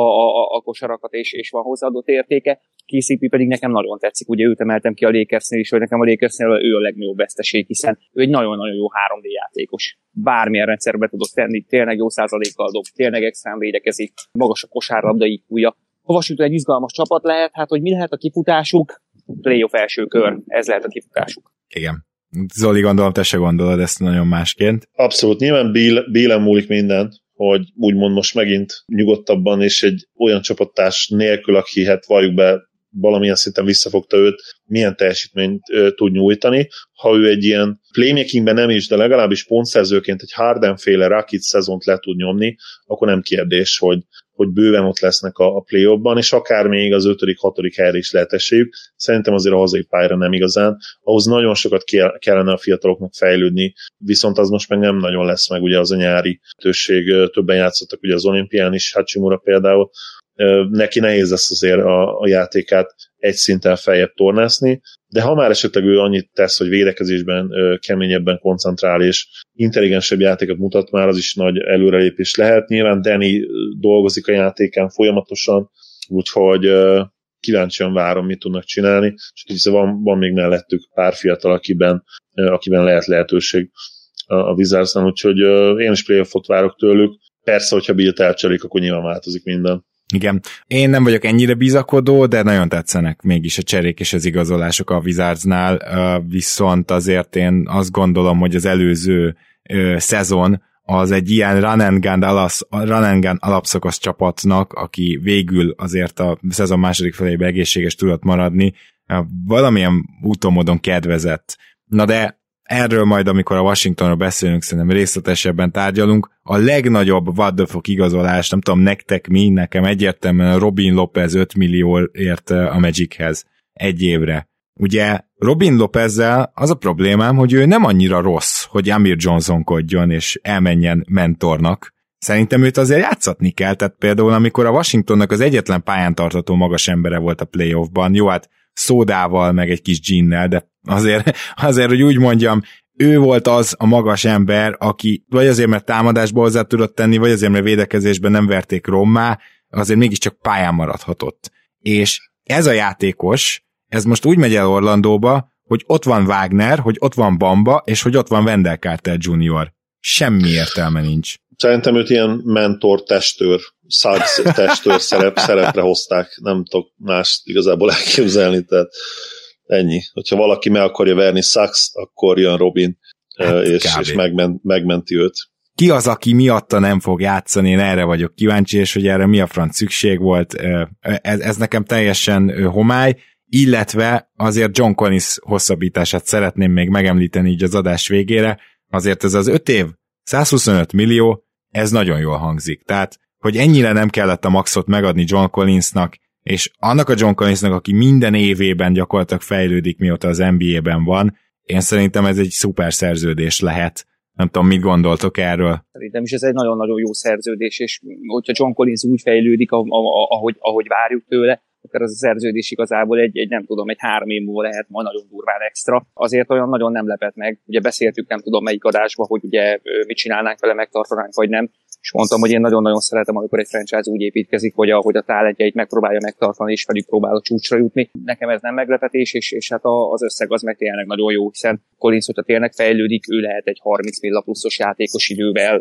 a kosarakat, és van hozzáadott értéke. KCP pedig nekem nagyon tetszik, ugye őt emeltem ki a Lakersnél is, hogy nekem a Lakersnél ő a legnagyobb veszteség, hiszen ő egy nagyon-nagyon jó 3D játékos. Bármilyen rendszerbe tudok tenni, tényleg jó százalékkal dob, tényleg extrán védekezik, magas a kosárlabda IQ-ja. A Washington egy izgalmas csapat lehet, hát hogy mi lehet a kifutásuk? Playoff első kör, ez lehet a kifutásuk. Igen. Zoli, gondolom, te se gondolod ezt nagyon másként. Abszolút, nyilván Bill-en múlik minden, hogy úgymond most megint nyugodtabban, és egy olyan csapattárs nélkül, aki hát valljuk be, valamilyen szinten visszafogta őt, milyen teljesítményt tud nyújtani. Ha ő egy ilyen playmakingben nem is, de legalábbis pontszerzőként egy Harden-féle Rockets szezont le tud nyomni, akkor nem kérdés, hogy bőven ott lesznek a play-offban, és akár még az 5.-6. helyre is lehet esélyük. Szerintem azért a hazai pályára nem igazán. Ahhoz nagyon sokat kellene a fiataloknak fejlődni, viszont az most meg nem nagyon lesz meg, ugye az a nyári tőség, többen játszottak ugye az olimpián is, Hachimura például, neki nehéz lesz azért a játékát egy szinten feljebb tornászni, de ha már esetleg ő annyit tesz, hogy védekezésben keményebben koncentrál és intelligensebb játékot mutat, már az is nagy előrelépés lehet. Nyilván Danny dolgozik a játékán folyamatosan, úgyhogy kíváncsian várom, mit tudnak csinálni, és van még mellettük pár fiatal, akiben lehet lehetőség. a Wizardsnál, úgyhogy én is playoffot várok tőlük. Persze, hogyha Bill-t elcserélik, akkor nyilván változik minden. Igen. Én nem vagyok ennyire bizakodó, de nagyon tetszenek mégis a cserék és az igazolások a Wizardsnál, viszont azért én azt gondolom, hogy az előző szezon az egy ilyen run and gun alapszakasz csapatnak, aki végül azért a szezon második felébe egészséges tudott maradni, valamilyen úton módon kedvezett. Na de erről majd, amikor a Washingtonról beszélünk, szerintem részletesebben tárgyalunk. A legnagyobb what the fuck igazolás, nem tudom, nektek mi, nekem egyértelműen Robin Lopez 5 millióért a Magichez egy évre. Ugye Robin Lopezzel az a problémám, hogy ő nem annyira rossz, hogy Amir Johnson-kodjon és elmenjen mentornak. Szerintem őt azért játszatni kell, tehát például amikor a Washingtonnak az egyetlen pályán tartató magas embere volt a playoffban, jó, hát szódával, meg egy kis ginnel, de azért, hogy úgy mondjam, ő volt az a magas ember, aki vagy azért, mert támadásba hozzá tudott tenni, vagy azért, mert védekezésben nem verték rommá, azért mégiscsak pályán maradhatott. És ez a játékos, ez most úgy megy el Orlandóba, hogy ott van Wagner, hogy ott van Bamba, és hogy ott van Wendell Carter Jr. Semmi értelme nincs. Szerintem őt ilyen mentor, testőr, testőr szerepre hozták, nem tudok más igazából elképzelni, tehát ennyi. Hogyha valaki meg akarja verni Suggs, akkor jön Robin, és megmenti őt. Ki az, aki miatta nem fog játszani, én erre vagyok kíváncsi, és hogy erre mi a franc szükség volt, ez nekem teljesen homály, illetve azért John Collins hosszabbítását szeretném még megemlíteni így az adás végére, azért ez az 5 év, 125 millió, ez nagyon jól hangzik. Tehát, hogy ennyire nem kellett a maxot megadni John Collinsnak, és annak a John Collinsnak, aki minden évében gyakorlatilag fejlődik, mióta az NBA-ben van, én szerintem ez egy szuper szerződés lehet. Nem tudom, mit gondoltok erről? Szerintem is ez egy nagyon-nagyon jó szerződés, és hogyha John Collins úgy fejlődik, ahogy várjuk tőle, akkor az a szerződés igazából egy nem tudom, egy 3 év múlva lehet majd nagyon durván extra. Azért olyan nagyon nem lepett meg. Ugye beszéltük, nem tudom melyik adásban, hogy ugye mit csinálnánk vele, megtartanánk vagy nem. És mondtam, hogy én nagyon-nagyon szeretem, amikor egy franchise úgy építkezik, hogy a talentjeit megpróbálja megtartani, és velük próbál a csúcsra jutni. Nekem ez nem meglepetés, és hát az összeg az meg tényleg nagyon jó, hiszen Collins, hogyha tényleg fejlődik, ő lehet egy 30 milla pluszos játékos idővel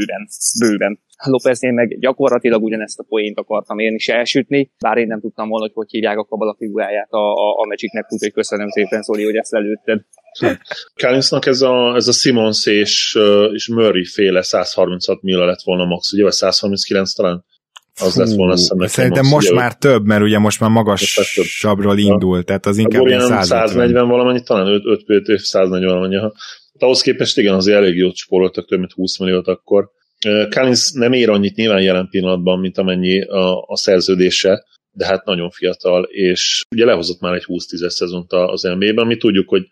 bőven. Lopeznél meg gyakorlatilag ugyanezt a poént akartam én is elsütni, bár én nem tudtam volna, hogy hívják a Kabala figuráját a Magicnek, úgyhogy köszönöm szépen, Zoli, hogy ezt lelőtted. Collinsnak ez a Simmons és Murray féle 136 millió lett volna max, ugye, vagy 139 talán? Az lett volna, szerintem most már több, mert ugye most már magasabbról indult, tehát az inkább ilyen 140 valamennyi, talán 5 év 140 valamennyi. Ahhoz képest igen, azért elég jót spóroltak, több mint 20 milliót akkor. Collins nem ér annyit nyilván jelen pillanatban, mint amennyi a szerződése, de hát nagyon fiatal, és ugye lehozott már egy 20-10-es szezont az NBA-ben, mi tudjuk, hogy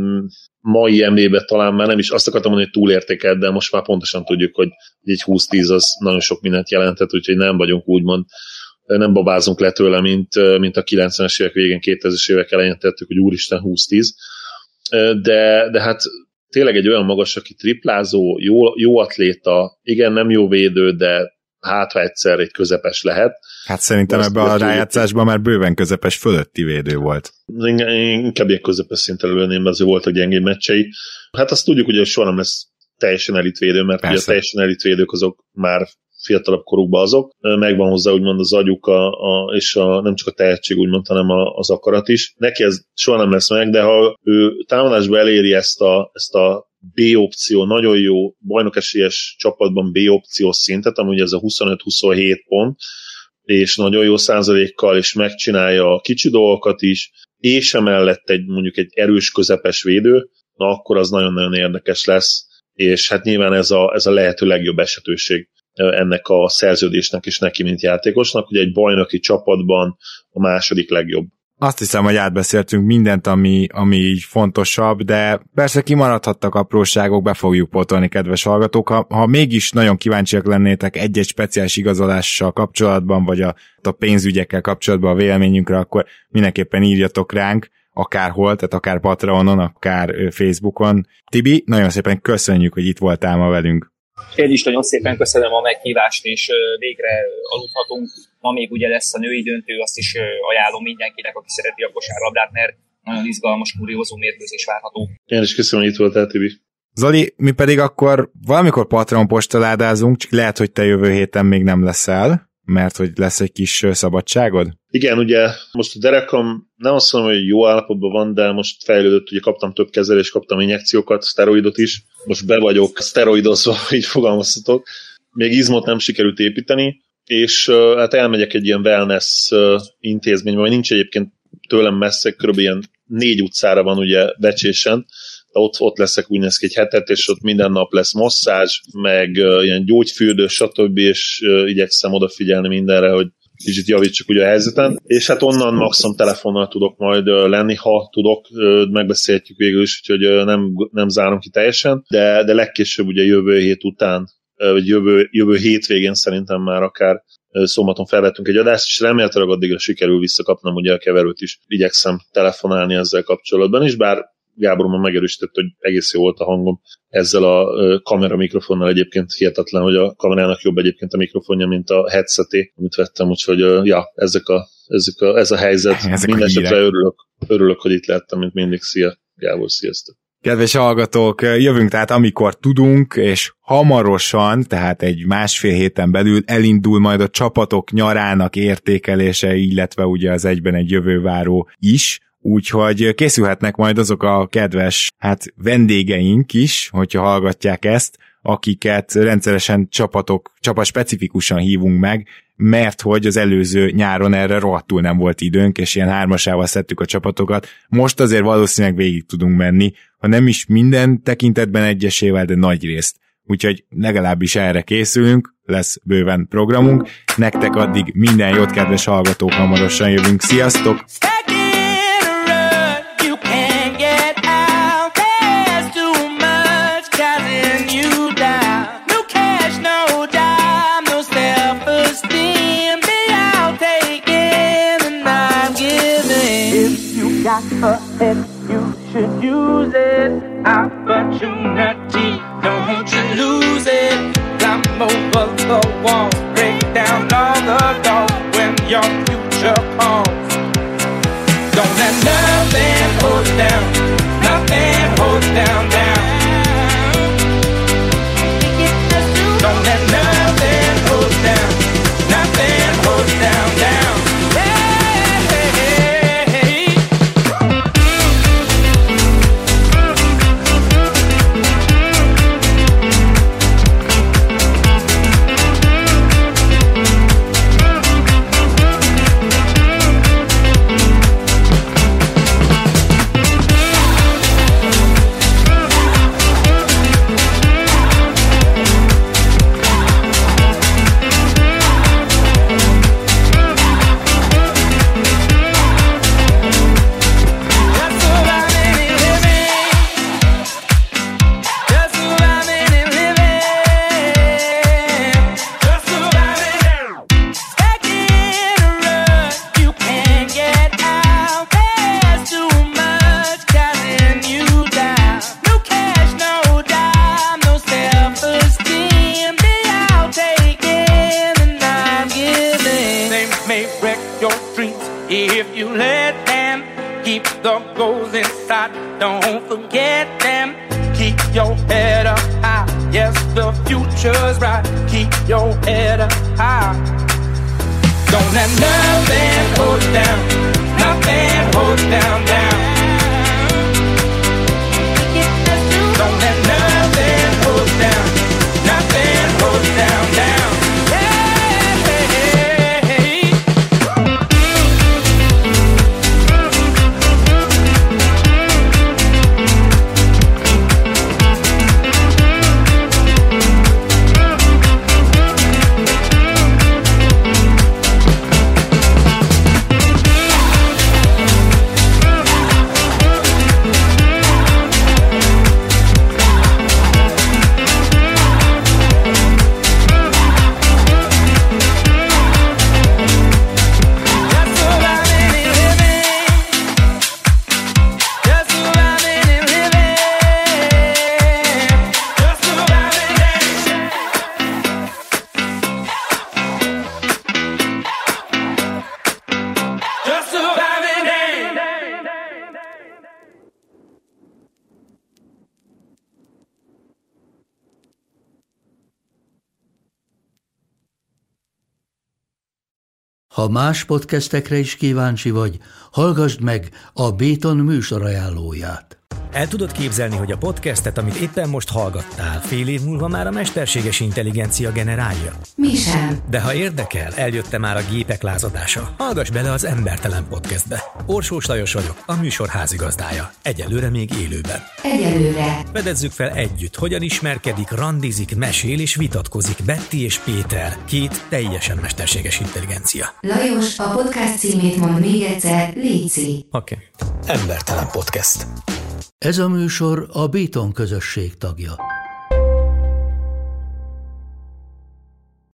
mai NBA-ben talán már nem is azt akartam mondani, hogy túlértékelt, de most már pontosan tudjuk, hogy egy 20-10 az nagyon sok mindent jelentett, úgyhogy nem vagyunk úgymond, nem babázunk le tőle, mint a 90-es évek végén, 2000-es évek elején tettük, hogy úristen 20-10, de hát tényleg egy olyan magas, aki triplázó, jó atléta, igen, nem jó védő, de hát ha egyszer egy közepes lehet. Hát szerintem ebben a rájátszásban már bőven közepes fölötti védő volt. Inkább ilyen közepes szinten lőném, azért voltak gyengébb meccsei. Hát azt tudjuk, hogy soha nem lesz teljesen elitvédő, mert ugye a teljesen elitvédők azok már fiatalabb korukban azok. Megvan hozzá úgymond az agyuk, és nem csak a tehetség úgymond, hanem az akarat is. Neki ez soha nem lesz meg, de ha ő támadásban eléri ezt a B-opció, nagyon jó bajnokesélyes csapatban B-opciós szintet, amúgy ez a 25-27 pont, és nagyon jó százalékkal, és megcsinálja a kicsi dolgokat is, és emellett mondjuk egy erős közepes védő, na akkor az nagyon-nagyon érdekes lesz, és hát nyilván ez a lehető legjobb esetőség ennek a szerződésnek és neki, mint játékosnak, hogy egy bajnoki csapatban a második legjobb. Azt hiszem, hogy átbeszéltünk mindent, ami így fontosabb, de persze kimaradhattak apróságok, be fogjuk pótolni, kedves hallgatók. Ha mégis nagyon kíváncsiak lennétek egy-egy speciális igazolással kapcsolatban, vagy a pénzügyekkel kapcsolatban a véleményünkre, akkor mindenképpen írjatok ránk, akárhol, tehát akár Patreonon, akár Facebookon. Tibi, nagyon szépen köszönjük, hogy itt voltál ma velünk. Én is nagyon szépen köszönöm a meghívást, és végre aludhatunk. Ma még ugye lesz a női döntő, azt is ajánlom mindenkinek, aki szereti a kosárlabdát, mert nagyon izgalmas, kuriózó mérkőzés várható. Én is köszönöm, hogy itt voltál, Tibi. Zoli, mi pedig akkor valamikor Patreon postaládázunk, csak lehet, hogy te jövő héten még nem leszel, mert hogy lesz egy kis szabadságod? Igen, ugye most a derekam nem azt mondom, hogy jó állapotban van, de most fejlődött, ugye kaptam több kezelést, kaptam injekciókat, szteroidot is, most be vagyok szteroidozva, így fogalmazhatok. Még izmot nem sikerült építeni, és hát elmegyek egy ilyen wellness intézménybe, vagy nincs egyébként tőlem messze, kb. Ilyen 4 utcára van ugye Becsésen, de ott leszek úgy néz ki egy hetet, és ott minden nap lesz masszázs, meg ilyen gyógyfürdő, stb., és igyekszem odafigyelni mindenre, hogy kicsit javítsak ugye a helyzeten, és hát onnan maximum telefonnal tudok majd lenni, ha tudok, megbeszélhetjük végül is, úgyhogy nem zárom ki teljesen, de legkésőbb ugye jövő hét után, vagy jövő hétvégén szerintem már akár szombaton felvettünk egy adást, és remélhetőleg addigra sikerül visszakapnom ugye a keverőt is. Igyekszem telefonálni ezzel kapcsolatban is, bár Gábor már megerősített, hogy egész jó volt a hangom ezzel a kamera mikrofonnal, egyébként hihetetlen, hogy a kamerának jobb egyébként a mikrofonja, mint a headseté, amit vettem, úgyhogy ez a helyzet. Mindenesetre örülök, hogy itt lettem, mint mindig. Szia, Gábor, sziasztok! Kedves hallgatók, jövünk tehát amikor tudunk, és hamarosan, tehát egy 1,5 héten belül elindul majd a csapatok nyarának értékelése, illetve ugye az egyben egy jövőváró is, úgyhogy készülhetnek majd azok a kedves vendégeink is, hogyha hallgatják ezt, akiket rendszeresen csapat specifikusan hívunk meg, mert hogy az előző nyáron erre rohadtul nem volt időnk, és ilyen 3-asával szedtük a csapatokat. Most azért valószínűleg végig tudunk menni, ha nem is minden tekintetben egyesével, de nagy részt. Úgyhogy legalábbis erre készülünk, lesz bőven programunk. Nektek addig minden jót, kedves hallgatók, hamarosan jövünk. Sziasztok! A head, you should use it. Opportunity, don't you lose it. Climb over the wall, break down all the doors when your future calls. Don't let nothing hold down, nothing hold down, down. Don't let nothing hold down, nothing hold down, down. Don't let nothing hold down, nothing hold down, down. Don't let nothing hold down, nothing hold down, down. Ha más podcastekre is kíváncsi vagy, hallgassd meg a Béton műsor ajánlóját. El tudod képzelni, hogy a podcastet, amit éppen most hallgattál, fél év múlva már a mesterséges intelligencia generálja? Mi sem. De ha érdekel, eljött már a gépek lázadása. Hallgass bele az Embertelen Podcastbe. Orsós Lajos vagyok, a műsor házigazdája. Egyelőre még élőben. Egyelőre. Fedezzük fel együtt, hogyan ismerkedik, randizik, mesél és vitatkozik Betty és Péter, két teljesen mesterséges intelligencia. Lajos, a podcast címét mond még egyszer, léci. Oké. Embertelen Podcast. Ez a műsor a Béton közösség tagja.